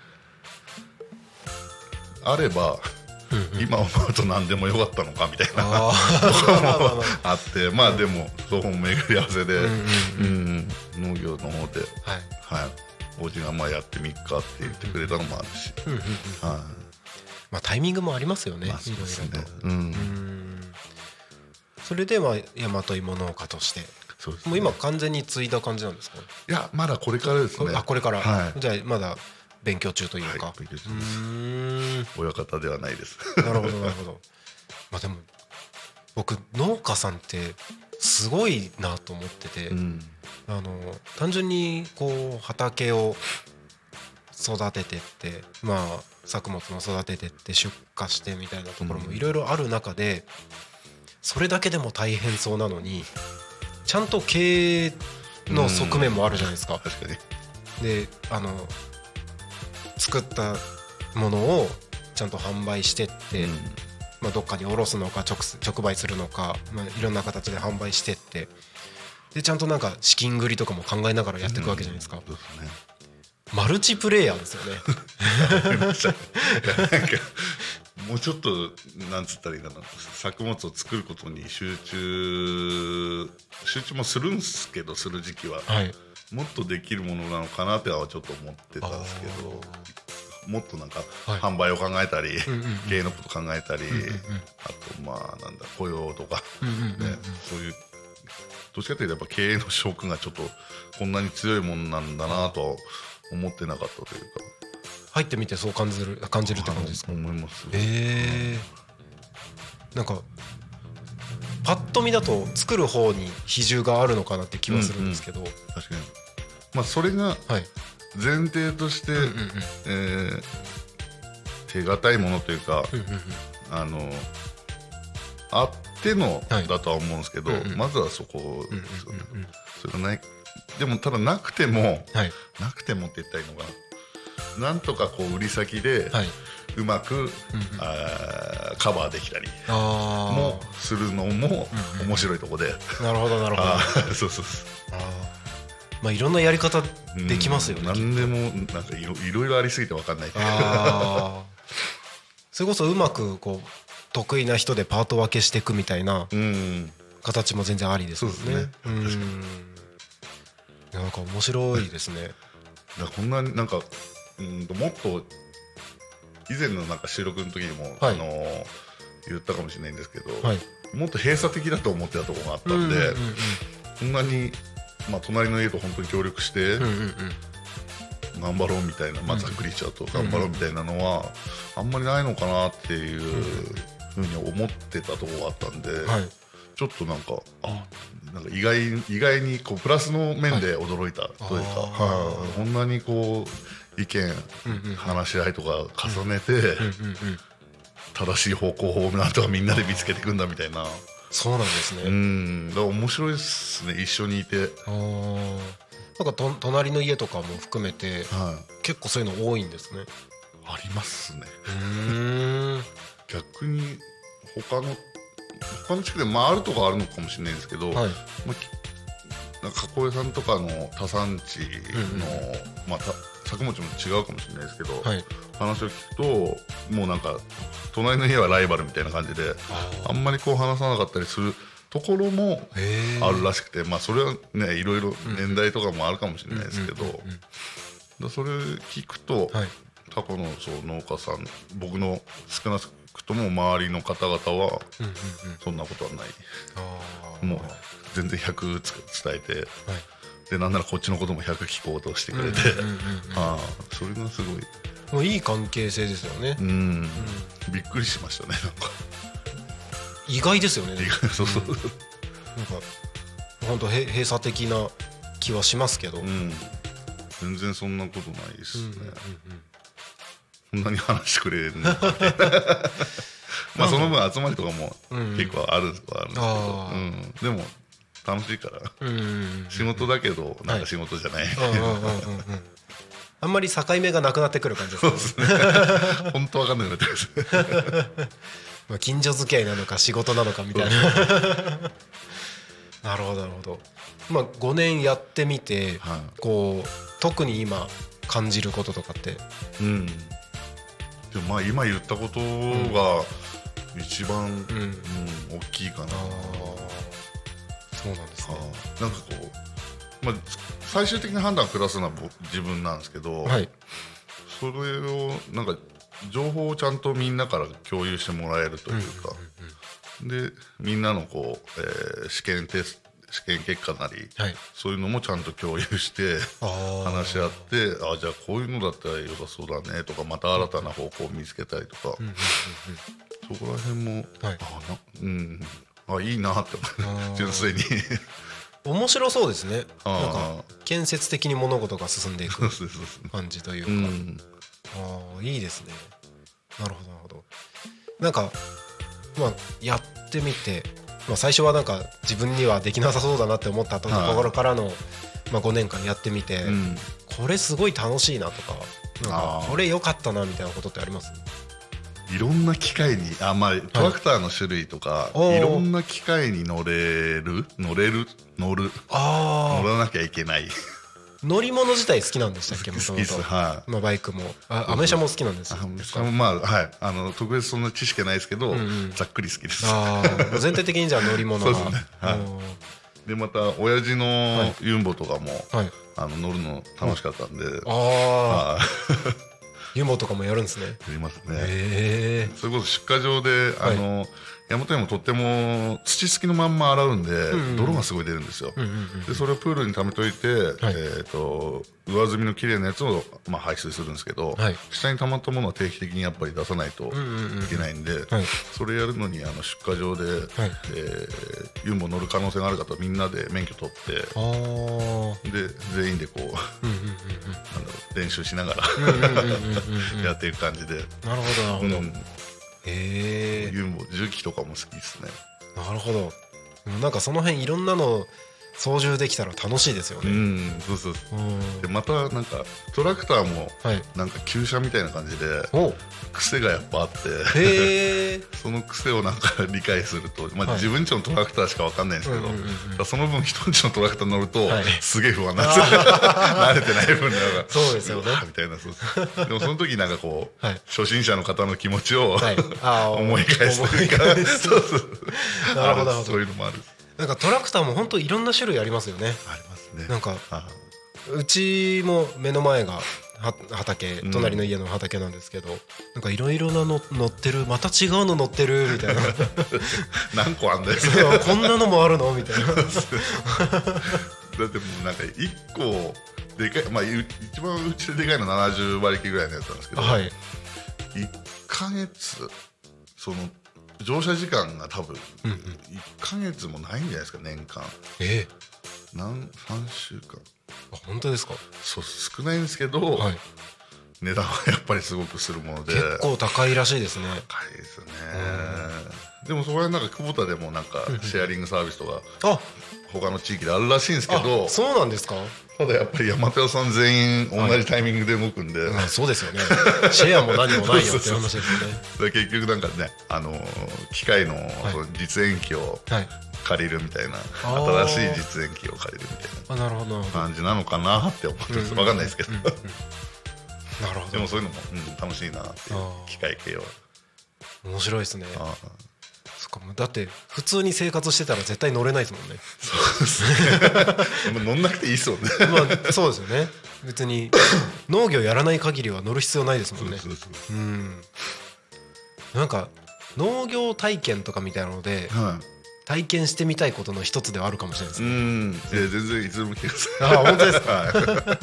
あれば今思うと何でもよかったのかみたいなところもあって、まあでもどうも巡り合わせで農業の方で、はいはい、おじがまあやってみっかって言ってくれたのもあるし、 はい、まあタイミングもありますよね。まあそうですね。うん。それでまあ大和芋農家として、そうですね、もう今完全に継いだ感じなんですか。 いやまだこれからですね。 あこれから。はい、じゃあまだ勉強中というか。はい、勉強中です。 親方ではないです。 なるほどなるほど。まあでも僕農家さんってすごいなと思ってて、うん、あの単純にこう畑を育ててってまあ作物も育ててって出荷してみたいなところもいろいろある中で、それだけでも大変そうなのにちゃんと経営の側面もあるじゃないですか。 確かに。 であの作ったものをちゃんと販売してって、うんまあ、どっかに卸すのか 直, 直売するのか、まあ、いろんな形で販売してってでちゃんとなんか資金繰りとかも考えながらやっていくわけじゃないですか、 うん、そうですね。 マルチプレイヤーですよねなんかもうちょっとなんつったらいいんだろう、作物を作ることに集中集中もするんすけど、する時期は、はい、もっとできるものなのかなってはちょっと思ってたんですけど、もっとなんか販売を考えたり、はい、経営のこと考えたり、うんうんうん、あとまあなんだ雇用とか、うんうんうんうん、ね、そういうどっちかというとやっぱ経営の職がちょっとこんなに強いものなんだなとは思ってなかったというか、 入ってみてそう感じる感じるって感じですか。 思います。 えー、なんかパッと見だと作る方に比重があるのかなって気はするんですけど、うんうん、 確かに、まあ、それが前提として、はい、えー、手堅いものというか、うんうんうん、あのあってのだとは思うんですけど、はい、うんうん、まずはそこですよね、うんうんうん、それがないでもただなくても、はい、なくてもって言ったらいいのかな、なんとかこう売り先でうまく、はい、うんうん、あカバーできたりもするのも面白いとこで、 うん、なるほどなるほどそうそうそう、 あ、まあ、いろんなやり方できますよね、 うん、何でもなんかいろいろいろありすぎて分かんないけど、 あそれこそうまくこう得意な人でパート分けしていくみたいな形も全然ありですもんね。そうですね、うん、なんか面白いですね。 だこんなになんかうんともっと以前のなんか収録の時にも、はい、あのー、言ったかもしれないんですけど、はい、もっと閉鎖的だと思ってたところがあったんで、うんうんうん、こんなに、まあ、隣の家と本当に協力して、うんうんうん、頑張ろうみたいな、まあ、ざっくりしちゃうと頑張ろうみたいなのはあんまりないのかなっていうふうに思ってたところがあったんで、はい、ちょっとなんかあなんか意外意外にこうプラスの面で驚いたというか、はい、こんなにこう意見、うんうん、話し合いとか重ねて、うんうんうん、正しい方向をなんとかみんなで見つけていくんだみたいな。 そうなんですね。 うん、だから面白いですね、一緒にいて。 あなんかと隣の家とかも含めて、はい、結構そういうの多いんですね。 ありますね。 うーん逆に他の他の地区でまああるとかあるのかもしれないんですけど、はい、まあ、なんか加工屋さんとかの他産地の、うんうん、まあ、作物も違うかもしれないですけど、はい、話を聞くともうなんか隣の家はライバルみたいな感じで あ, あんまりこう話さなかったりするところもあるらしくて、まあそれはねいろいろ年代とかもあるかもしれないですけど、だそれ聞くと、はい、タコのそう農家さん僕の少なくとも周りの方々はそんなことはない、うんうんうん、もう全然ひゃく伝えて、はい、でなんならこっちのこともひゃく聞こうとしてくれて、あそれがすごいもういい関係性ですよね。 うん、うん、びっくりしましたね。なんか意外ですよね。 そうそう、うん、 なんか本当閉鎖的な気はしますけど、うん、 全然そんなことないですね、うんうんうんうん、こんなに話してくれるのかまあその分集まりとかも結構あるはあるんですけど、うんうん、でも楽しいから、うんうんうん、仕事だけどなんか仕事じゃない、はい、 あんまり境目がなくなってくる感じですね。 そうですね本当わかんないなってますまあ近所付き合いなのか仕事なのかみたいななるほどなるほど。まあごねんやってみて、はい、こう特に今感じることとかって、うん、 でもまあ今言ったことが一番、うんうん、大きいかな。あそうなんですね。 なんかこう、まあ、最終的な判断を下すのは自分なんですけど、はい、それをなんか情報をちゃんとみんなから共有してもらえるというか、うんうんうん、でみんなのこう、えー、試験テスト試験結果なり、はい、そういうのもちゃんと共有して話し合ってあじゃあこういうのだったら良さそうだねとかまた新たな方向を見つけたりとか、うんうんうんうん、そこら辺も、はい、あな、うん、あいいなって純粋に面白そうですね。なんか建設的に物事が進んでいく感じというか、うん、あいいですね。なるほどなるほど。なんかまあやってみてまあ、最初はなんか自分にはできなさそうだなって思ったところからのまあごねんかんやってみて、うん、これすごい楽しいなとか、なんかこれ良かったなみたいなことってあります？ いろんな機械にあ、まあ、トラクターの種類とか、はい、いろんな機械に乗れる乗れる乗るあ乗らなきゃいけない乗り物自体好きなんでしたっけ？ 好きです、はい。 まあ、バイクもあアメ車も好きなんですか？ まあはい、あの特別そんな知識はないですけど、うんうん、ざっくり好きです。 あ全体的にじゃあ乗り物はそうですね、はい、でまた親父のユンボとかも、はい、あの乗るの楽しかったんで、はい、あユンボとかもやるんですね。 やりますね。へそれこそ出荷場であの、はい、山手もとっても土付きのまんま洗うんで、うんうん、泥がすごい出るんですよ、うんうんうん、でそれをプールに溜めといて、はい、えー、と上澄みの綺麗なやつを、まあ、排水するんですけど、はい、下に溜まったものは定期的にやっぱり出さないといけないんで、うんうんうん、はい、それやるのにあの出荷場で、はい、えー、ユンボ乗る可能性がある方はみんなで免許取ってあで全員でこう、うんうんうん、あの練習しながらやっていく感じで。 なるほどなるほど、うん、 へユンボ重機とかも好きですね。 なるほど。なんかその辺いろんなの操縦できたら楽しいですよね。 うん、そうそうそう。でまたなんかトラクターもなんか旧車みたいな感じで、はい、癖がやっぱあってへその癖をなんか理解すると、まあ、自分ちのトラクターしか分かんないんですけど、はい、その分人んちのトラクター乗ると、はい、すげえ不安なんですよ慣れてない分なんかそうですよねみたいな。そうそうでもその時なんかこう、はい、初心者の方の気持ちを、はい、あ思い返すというかそうそうなるほどそういうのもある。 なんかトラクターも本当いろんな種類ありますよね。 ありますね。 なんかうちも目の前が畑、隣の家の畑なんですけど、うん、なんかいろいろなの乗ってる、また違うの乗ってるみたいな何個あんだよこんなのもあるのみたいなだってもうなんかいっこでかい、まあ一番うちででかいのななじゅうばりきぐらいのやつなんですけど、はい、いっかげつその乗車時間が多分いっかげつもないんじゃないですか年間。えー、なんさんしゅうかん。 あ本当ですか？ そう少ないんですけど、はい、値段はやっぱりすごくするもので結構高いらしいですね。 高いですね。でもそこら辺なんか久保田でもなんかシェアリングサービスとかあ他の地域であるらしいんですけど。 そうなんですか？ ただやっぱり山手屋さん全員同じタイミングで動くんで、 はい、そうですよねシェアも何もないよって話ですよね結局なんかね、あのー、機械のその実演機を借りるみたいな、はい、新しい実演機を借りるみたいな感じなのかなって思ってます。分かんないですけどなるほど。でもそういうのも、うん、楽しいなっていう機械系は面白いですね。あだって普通に生活してたら絶対乗れないですもんね。 そうですね乗んなくていいですもんねまあそうですよね。別に農業やらない限りは乗る必要ないですもんね。そうそうそう。うん。なんか農業体験とかみたいなので、はい、体験してみたいことの一つではあるかもしれないですね。うん。 いや全然いつでも来てください。あ本当ですか、はい、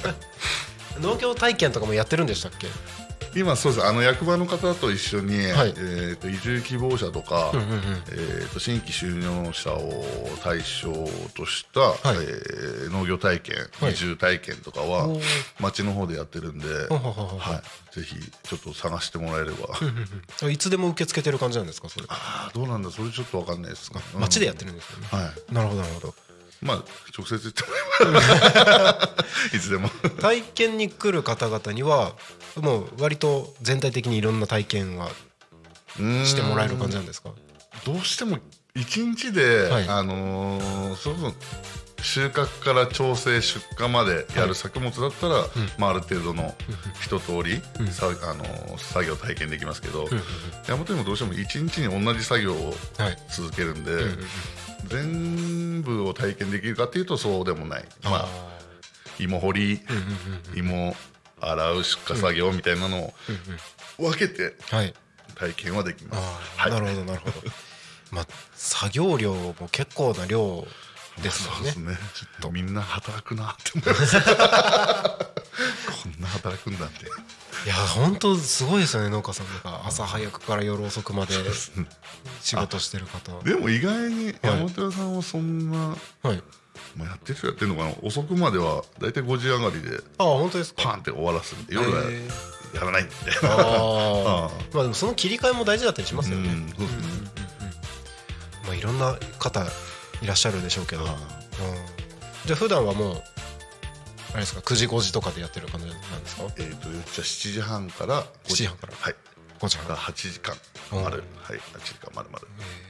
農業体験とかもやってるんでしたっけ？ 今そうです。あの役場の方と一緒に、はい、えー、と移住希望者とか、うんうんうん、えー、と新規就業者を対象とした、はい、えー、農業体験、はい、移住体験とかは町の方でやってるんで、はい、ぜひちょっと探してもらえればいつでも受け付けてる感じなんですか？それあどうなんだそれちょっと分かんないですか。 町でやってるんですよね、うん、はい、なるほどなるほど。 まあ直接言ってもらえばいつでも体験に来る方々にはもう割と全体的にいろんな体験はしてもらえる感じなんですか？ どうしてもいちにちで、はい、あのー、それこそ収穫から調整出荷までやる作物だったら、はい、まあ、ある程度の一通り、うん、さあのー、作業体験できますけど、うん、山手もどうしてもいちにちに同じ作業を続けるんで、はい、全部を体験できるかっていうとそうでもない。まあ芋掘り、芋洗う出荷作業みたいなのを分けて体験はできます、 はい、なるほどなるほどまあ作業量も結構な量ですもんね。 そうですね。ちょっとみんな働くなって思いますこんな働くんだって。 いや本当すごいですよね。農家さんとか朝早くから夜遅くまで仕事してる方。 でも意外に山本屋さんはそんな、はい、まあ、やってる人やってるのかな。遅くまではだいたいごじ上がりであ本当ですかパンって終わらすんで夜はやらないんであまあでもその切り替えも大事だったりしますよね。うんそうですね。まあいろんな方いらっしゃるでしょうけど、うん、じゃあ普段はもうあれですかくじごじとかでやってる感じなんですか？ えーとじゃあしちじはんからしちじはんからはいごじはんがはちじかんある、はい、はちじかんまるまる。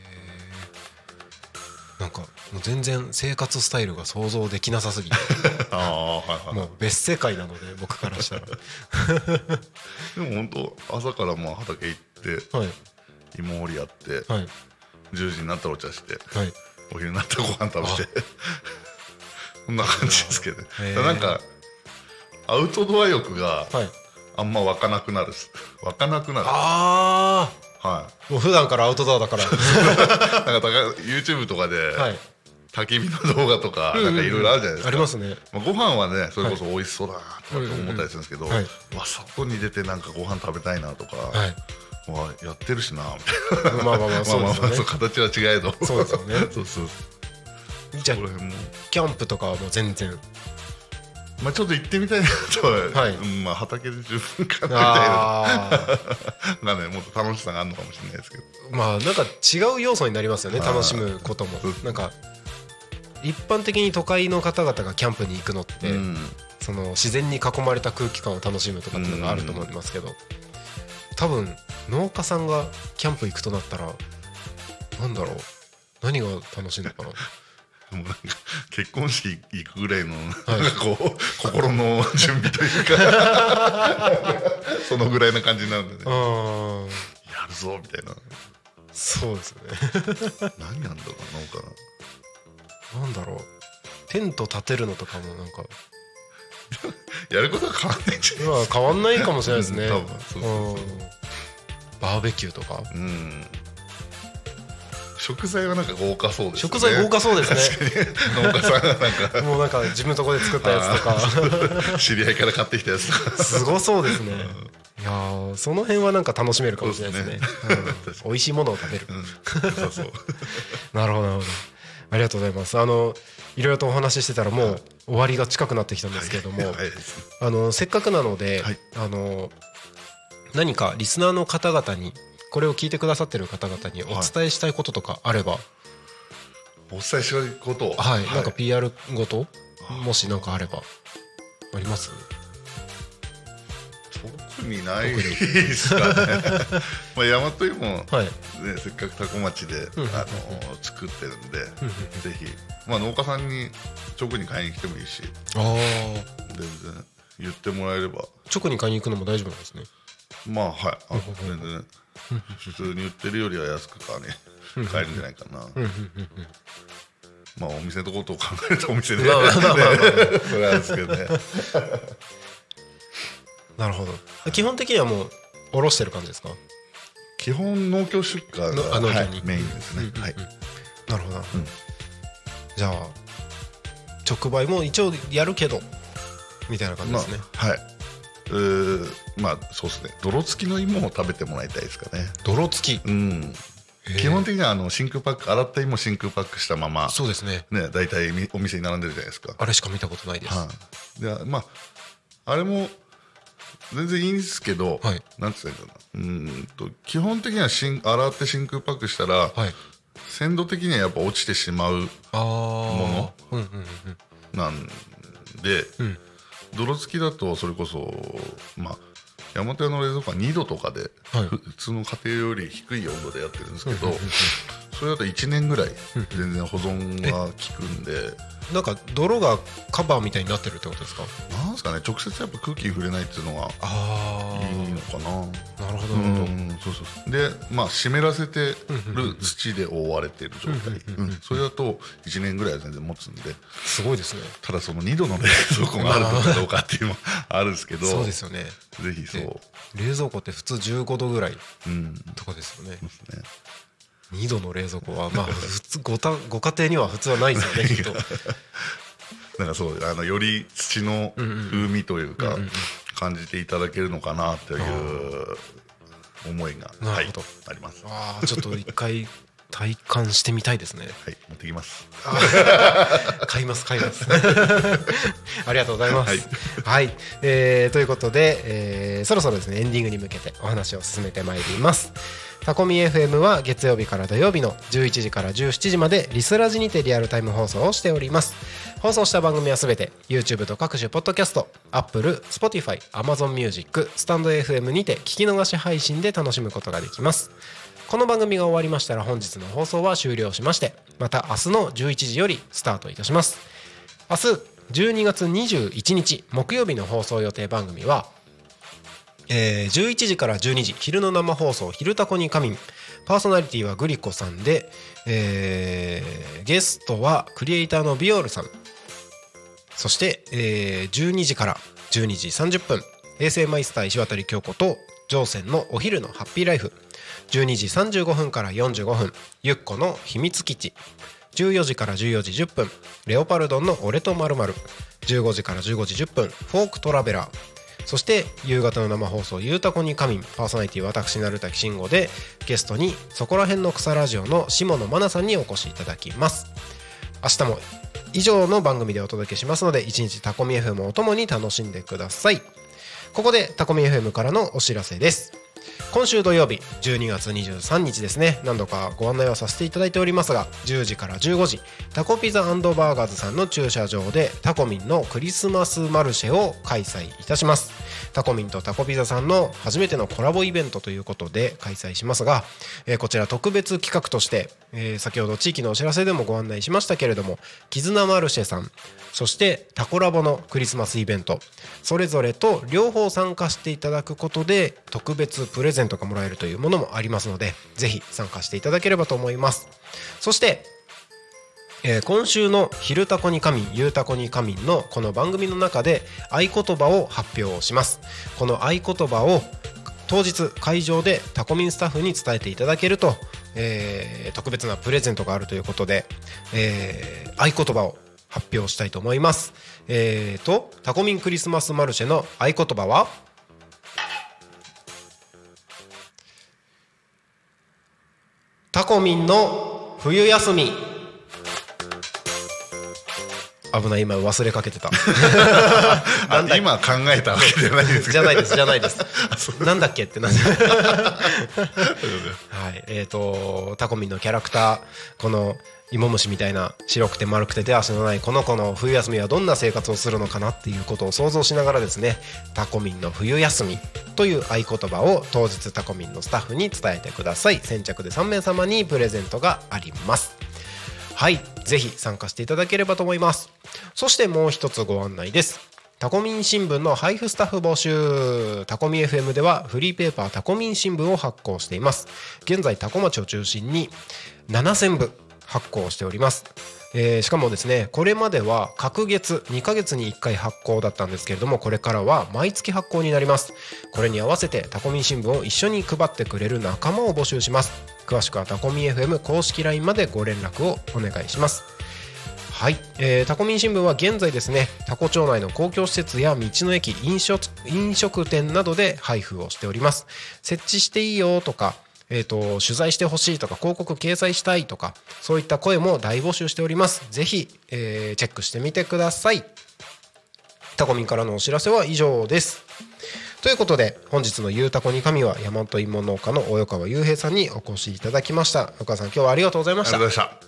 なんかもう全然生活スタイルが想像できなさすぎてああ、はいはい、 もう別世界なので僕からしたらでも本当朝からまあ畑行って、はい、芋掘りやって、はい、じゅうじになったらお茶して、はい、お昼になったらご飯食べてこんな感じですけどね。なんかアウトドア欲があんま湧かなくなる湧かなくなるああはい、もう普段からアウトドアだからなんか YouTube とかで、はい、焚き火の動画とかなんかいろいろあるじゃないですか。 ありますね。 まあ、ご飯はねそれこそ美味しそうだなと思ったりするんですけど、はい、わ外に出てなんかご飯食べたいなとか、はい、わやってるしなみたいなまあまあまあそうですよね形は違えどそうですよねそうそうじゃあキャンプとかはもう全然まあちょっと行ってみたいなとは、はいうんまあ、畑で十分かなみたいながねもっと楽しさがあるのかもしれないですけどまあなんか違う要素になりますよね楽しむこともなんか一般的に都会の方々がキャンプに行くのって、うん、その自然に囲まれた空気感を楽しむとかっていうのがあると思いますけど、うん、多分農家さんがキャンプ行くとなったらなんだろう何が楽しいのかなもうなんか結婚式行くぐらいのなんかこう、はい、心の準備というかそのぐらいな感じになるんでねあやるぞみたいなそうですよね何なんだろう農家なんだろうテント立てるのとかもなんかやることは変わんないんじゃないですか。 変わんないかもしれないですね、うん、多分そうそうそうバーベキューとかうん食材はなんか豪華そうですね。 食材豪華そうですね農家さんがなんかもうなんか自分のとこで作ったやつとか知り合いから買ってきたやつとかすごそうですねいやその辺はなんか楽しめるかもしれないですね、うん、美味しいものを食べる、うん、そうそうなるほどなるほどありがとうございます。あのいろいろとお話ししてたらもう終わりが近くなってきたんですけれども、はいはい、あのせっかくなので、はい、あの何かリスナーの方々にこれを聞いてくださってる方々にお伝えしたいこととかあれば、はい、 お伝えしたいことはい、はい、なんか ピーアール ごともしなんかあればあります？ 特にないですかねまあ大和芋も、はいね、せっかく多古町で、うん、あの作ってるんで、うん、ぜひ、まあ、農家さんに直に買いに来てもいいしあ全然言ってもらえれば直に買いに行くのも大丈夫なんですね。 まあはいあ全然普通に売ってるよりは安く買えるんじゃないかなまあお店のことを考えるとお店でそれはですけどねなるほど。基本的にはもう卸してる感じですか？ 基本農協出荷が、はい、メインですね、うんうんうん、はい、 なるほど、うん、じゃあ直売も一応やるけどみたいな感じですね、 まあ、はいうーまあそうですね泥付きの芋を食べてもらいたいですかね。 泥付き、 うん基本的にはあの真空パック洗った芋真空パックしたままそうですねね大体お店に並んでるじゃないですか。 あれしか見たことないです、はあ、でまああれも全然いいんですけど、はい、なんて言ったらいいかなうんと基本的にはしん洗って真空パックしたら、はい、鮮度的にはやっぱ落ちてしまうものなんで、うん、泥付きだとそれこそまあ大和屋の冷蔵庫はにどとかで、はい、普通の家庭より低い温度でやってるんですけど、それだといちねんぐらい全然保存が効くんでなんか泥がカバーみたいになってるってことですか？ なんですかね直接やっぱ空気に触れないっていうのがいいのかな。 なるほどなるほど、うん、 そうそうでまあ湿らせてる土で覆われてる状態、うん、それだといちねんぐらいは全然持つんですごいですね。 ただそのにどの冷蔵庫があるのかどうかっていうのもあるんですけどそうですよね。 ぜひそう冷蔵庫って普通じゅうごどぐらいとかですよね、うん、そうですね。にどの冷蔵庫はまあ普通 ご, たご家庭には普通はないですよねきっとなんかそうあのより土の風味というか感じていただけるのかなという思いが、はい、あります。 あちょっと一回体感してみたいですねはい持ってきます買います買いますありがとうございます、はいはいえー、ということで、えー、そろそろですねエンディングに向けてお話を進めてまいります。 タコミ エフエム は月曜日から土曜日のじゅういちじからじゅうしちじまでリスラジにてリアルタイム放送をしております。放送した番組はすべて YouTube と各種ポッドキャスト、Apple、Spotify、Amazon Music、スタンド エフエム にて聞き逃し配信で楽しむことができます。この番組が終わりましたら本日の放送は終了しまして、また明日のじゅういちじよりスタートいたします。明日じゅうにがつにじゅういちにち木曜日の放送予定番組は、えー、じゅういちじからじゅうにじ昼の生放送昼タコに仮眠、パーソナリティはグリコさんで、えー、ゲストはクリエイターのビオールさん、そして、えー、じゅうにじからじゅうにじさんじゅっぷん衛星マイスター石渡京子と上船のお昼のハッピーライフ、じゅうにじさんじゅうごふんからよんじゅうごふんゆっこの秘密基地、じゅうよじからじゅうよじじゅっぷんレオパルドンの俺とまるまる、じゅうごじからじゅうごじじゅっぷんフォークトラベラー、そして夕方の生放送ゆうたこに仮眠、パーソナリティ私成滝慎吾で、ゲストにそこら辺の草ラジオの下野真奈さんにお越しいただきます。明日も以上の番組でお届けしますので、一日タコミ エフエム をともに楽しんでください。ここでタコミ エフエム からのお知らせです。今週土曜日じゅうにがつにじゅうさんにちですね、何度かご案内はさせていただいておりますが、じゅうじからじゅうごじタコピザ&バーガーズさんの駐車場でタコミンのクリスマスマルシェを開催いたします。タコミンとタコピザさんの初めてのコラボイベントということで開催しますが、えー、こちら特別企画として、えー、先ほど地域のお知らせでもご案内しましたけれども、絆マルシェさん、そしてタコラボのクリスマスイベント、それぞれと両方参加していただくことで特別プレゼントがもらえるというものもありますので、ぜひ参加していただければと思います。そしてえー、今週の昼タコに仮眠ゆうたこに仮眠のこの番組の中で合言葉を発表します。この合言葉を当日会場でタコミンスタッフに伝えていただけると、えー、特別なプレゼントがあるということで、えー、合言葉を発表したいと思います。えーとタコミンクリスマスマルシェの合言葉はタコミンの冬休み。危ない、今忘れかけてたなんだ今考えたわけじゃないですか。 じゃないですじゃないですなんだっけってなんだはい、えーとタコミンのキャラクター、この芋虫みたいな白くて丸くて手足のないこの子の冬休みはどんな生活をするのかなっていうことを想像しながらですね、タコミンの冬休みという合言葉を当日タコミンのスタッフに伝えてください。先着でさんめいさまにプレゼントがあります。はい、ぜひ参加していただければと思います。そしてもう一つご案内です。タコミン新聞の配布スタッフ募集。タコミ エフエム ではフリーペーパータコミン新聞を発行しています。現在タコ町を中心にななせんぶ発行しております。えー、しかもですね、これまでは隔月にかげつにいっかい発行だったんですけれども、これからは毎月発行になります。これに合わせてタコミン新聞を一緒に配ってくれる仲間を募集します。詳しくはタコミン エフエム 公式 ライン までご連絡をお願いします。はい、えー、タコミン新聞は現在ですね、タコ町内の公共施設や道の駅、飲食、飲食店などで配布をしております。設置していいよとか、えーと、取材してほしいとか、広告掲載したいとか、そういった声も大募集しております。ぜひ、えー、チェックしてみてください。タコミンからのお知らせは以上です。ということで本日のゆうたこに神は大和芋農家の及川雄平さんにお越しいただきました。及川さん、今日はありがとうございました。 ありがとうございました。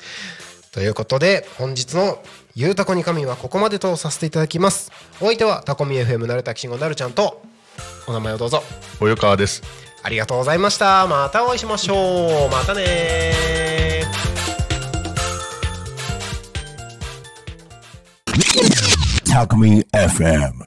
ということで本日のゆうたこに神はここまでとさせていただきます。お相手はタコミ エフエム なるたきしんごなるちゃんと、お名前をどうぞ。 及川です。 ありがとうございました。またお会いしましょう。またね。 タコミン エフエム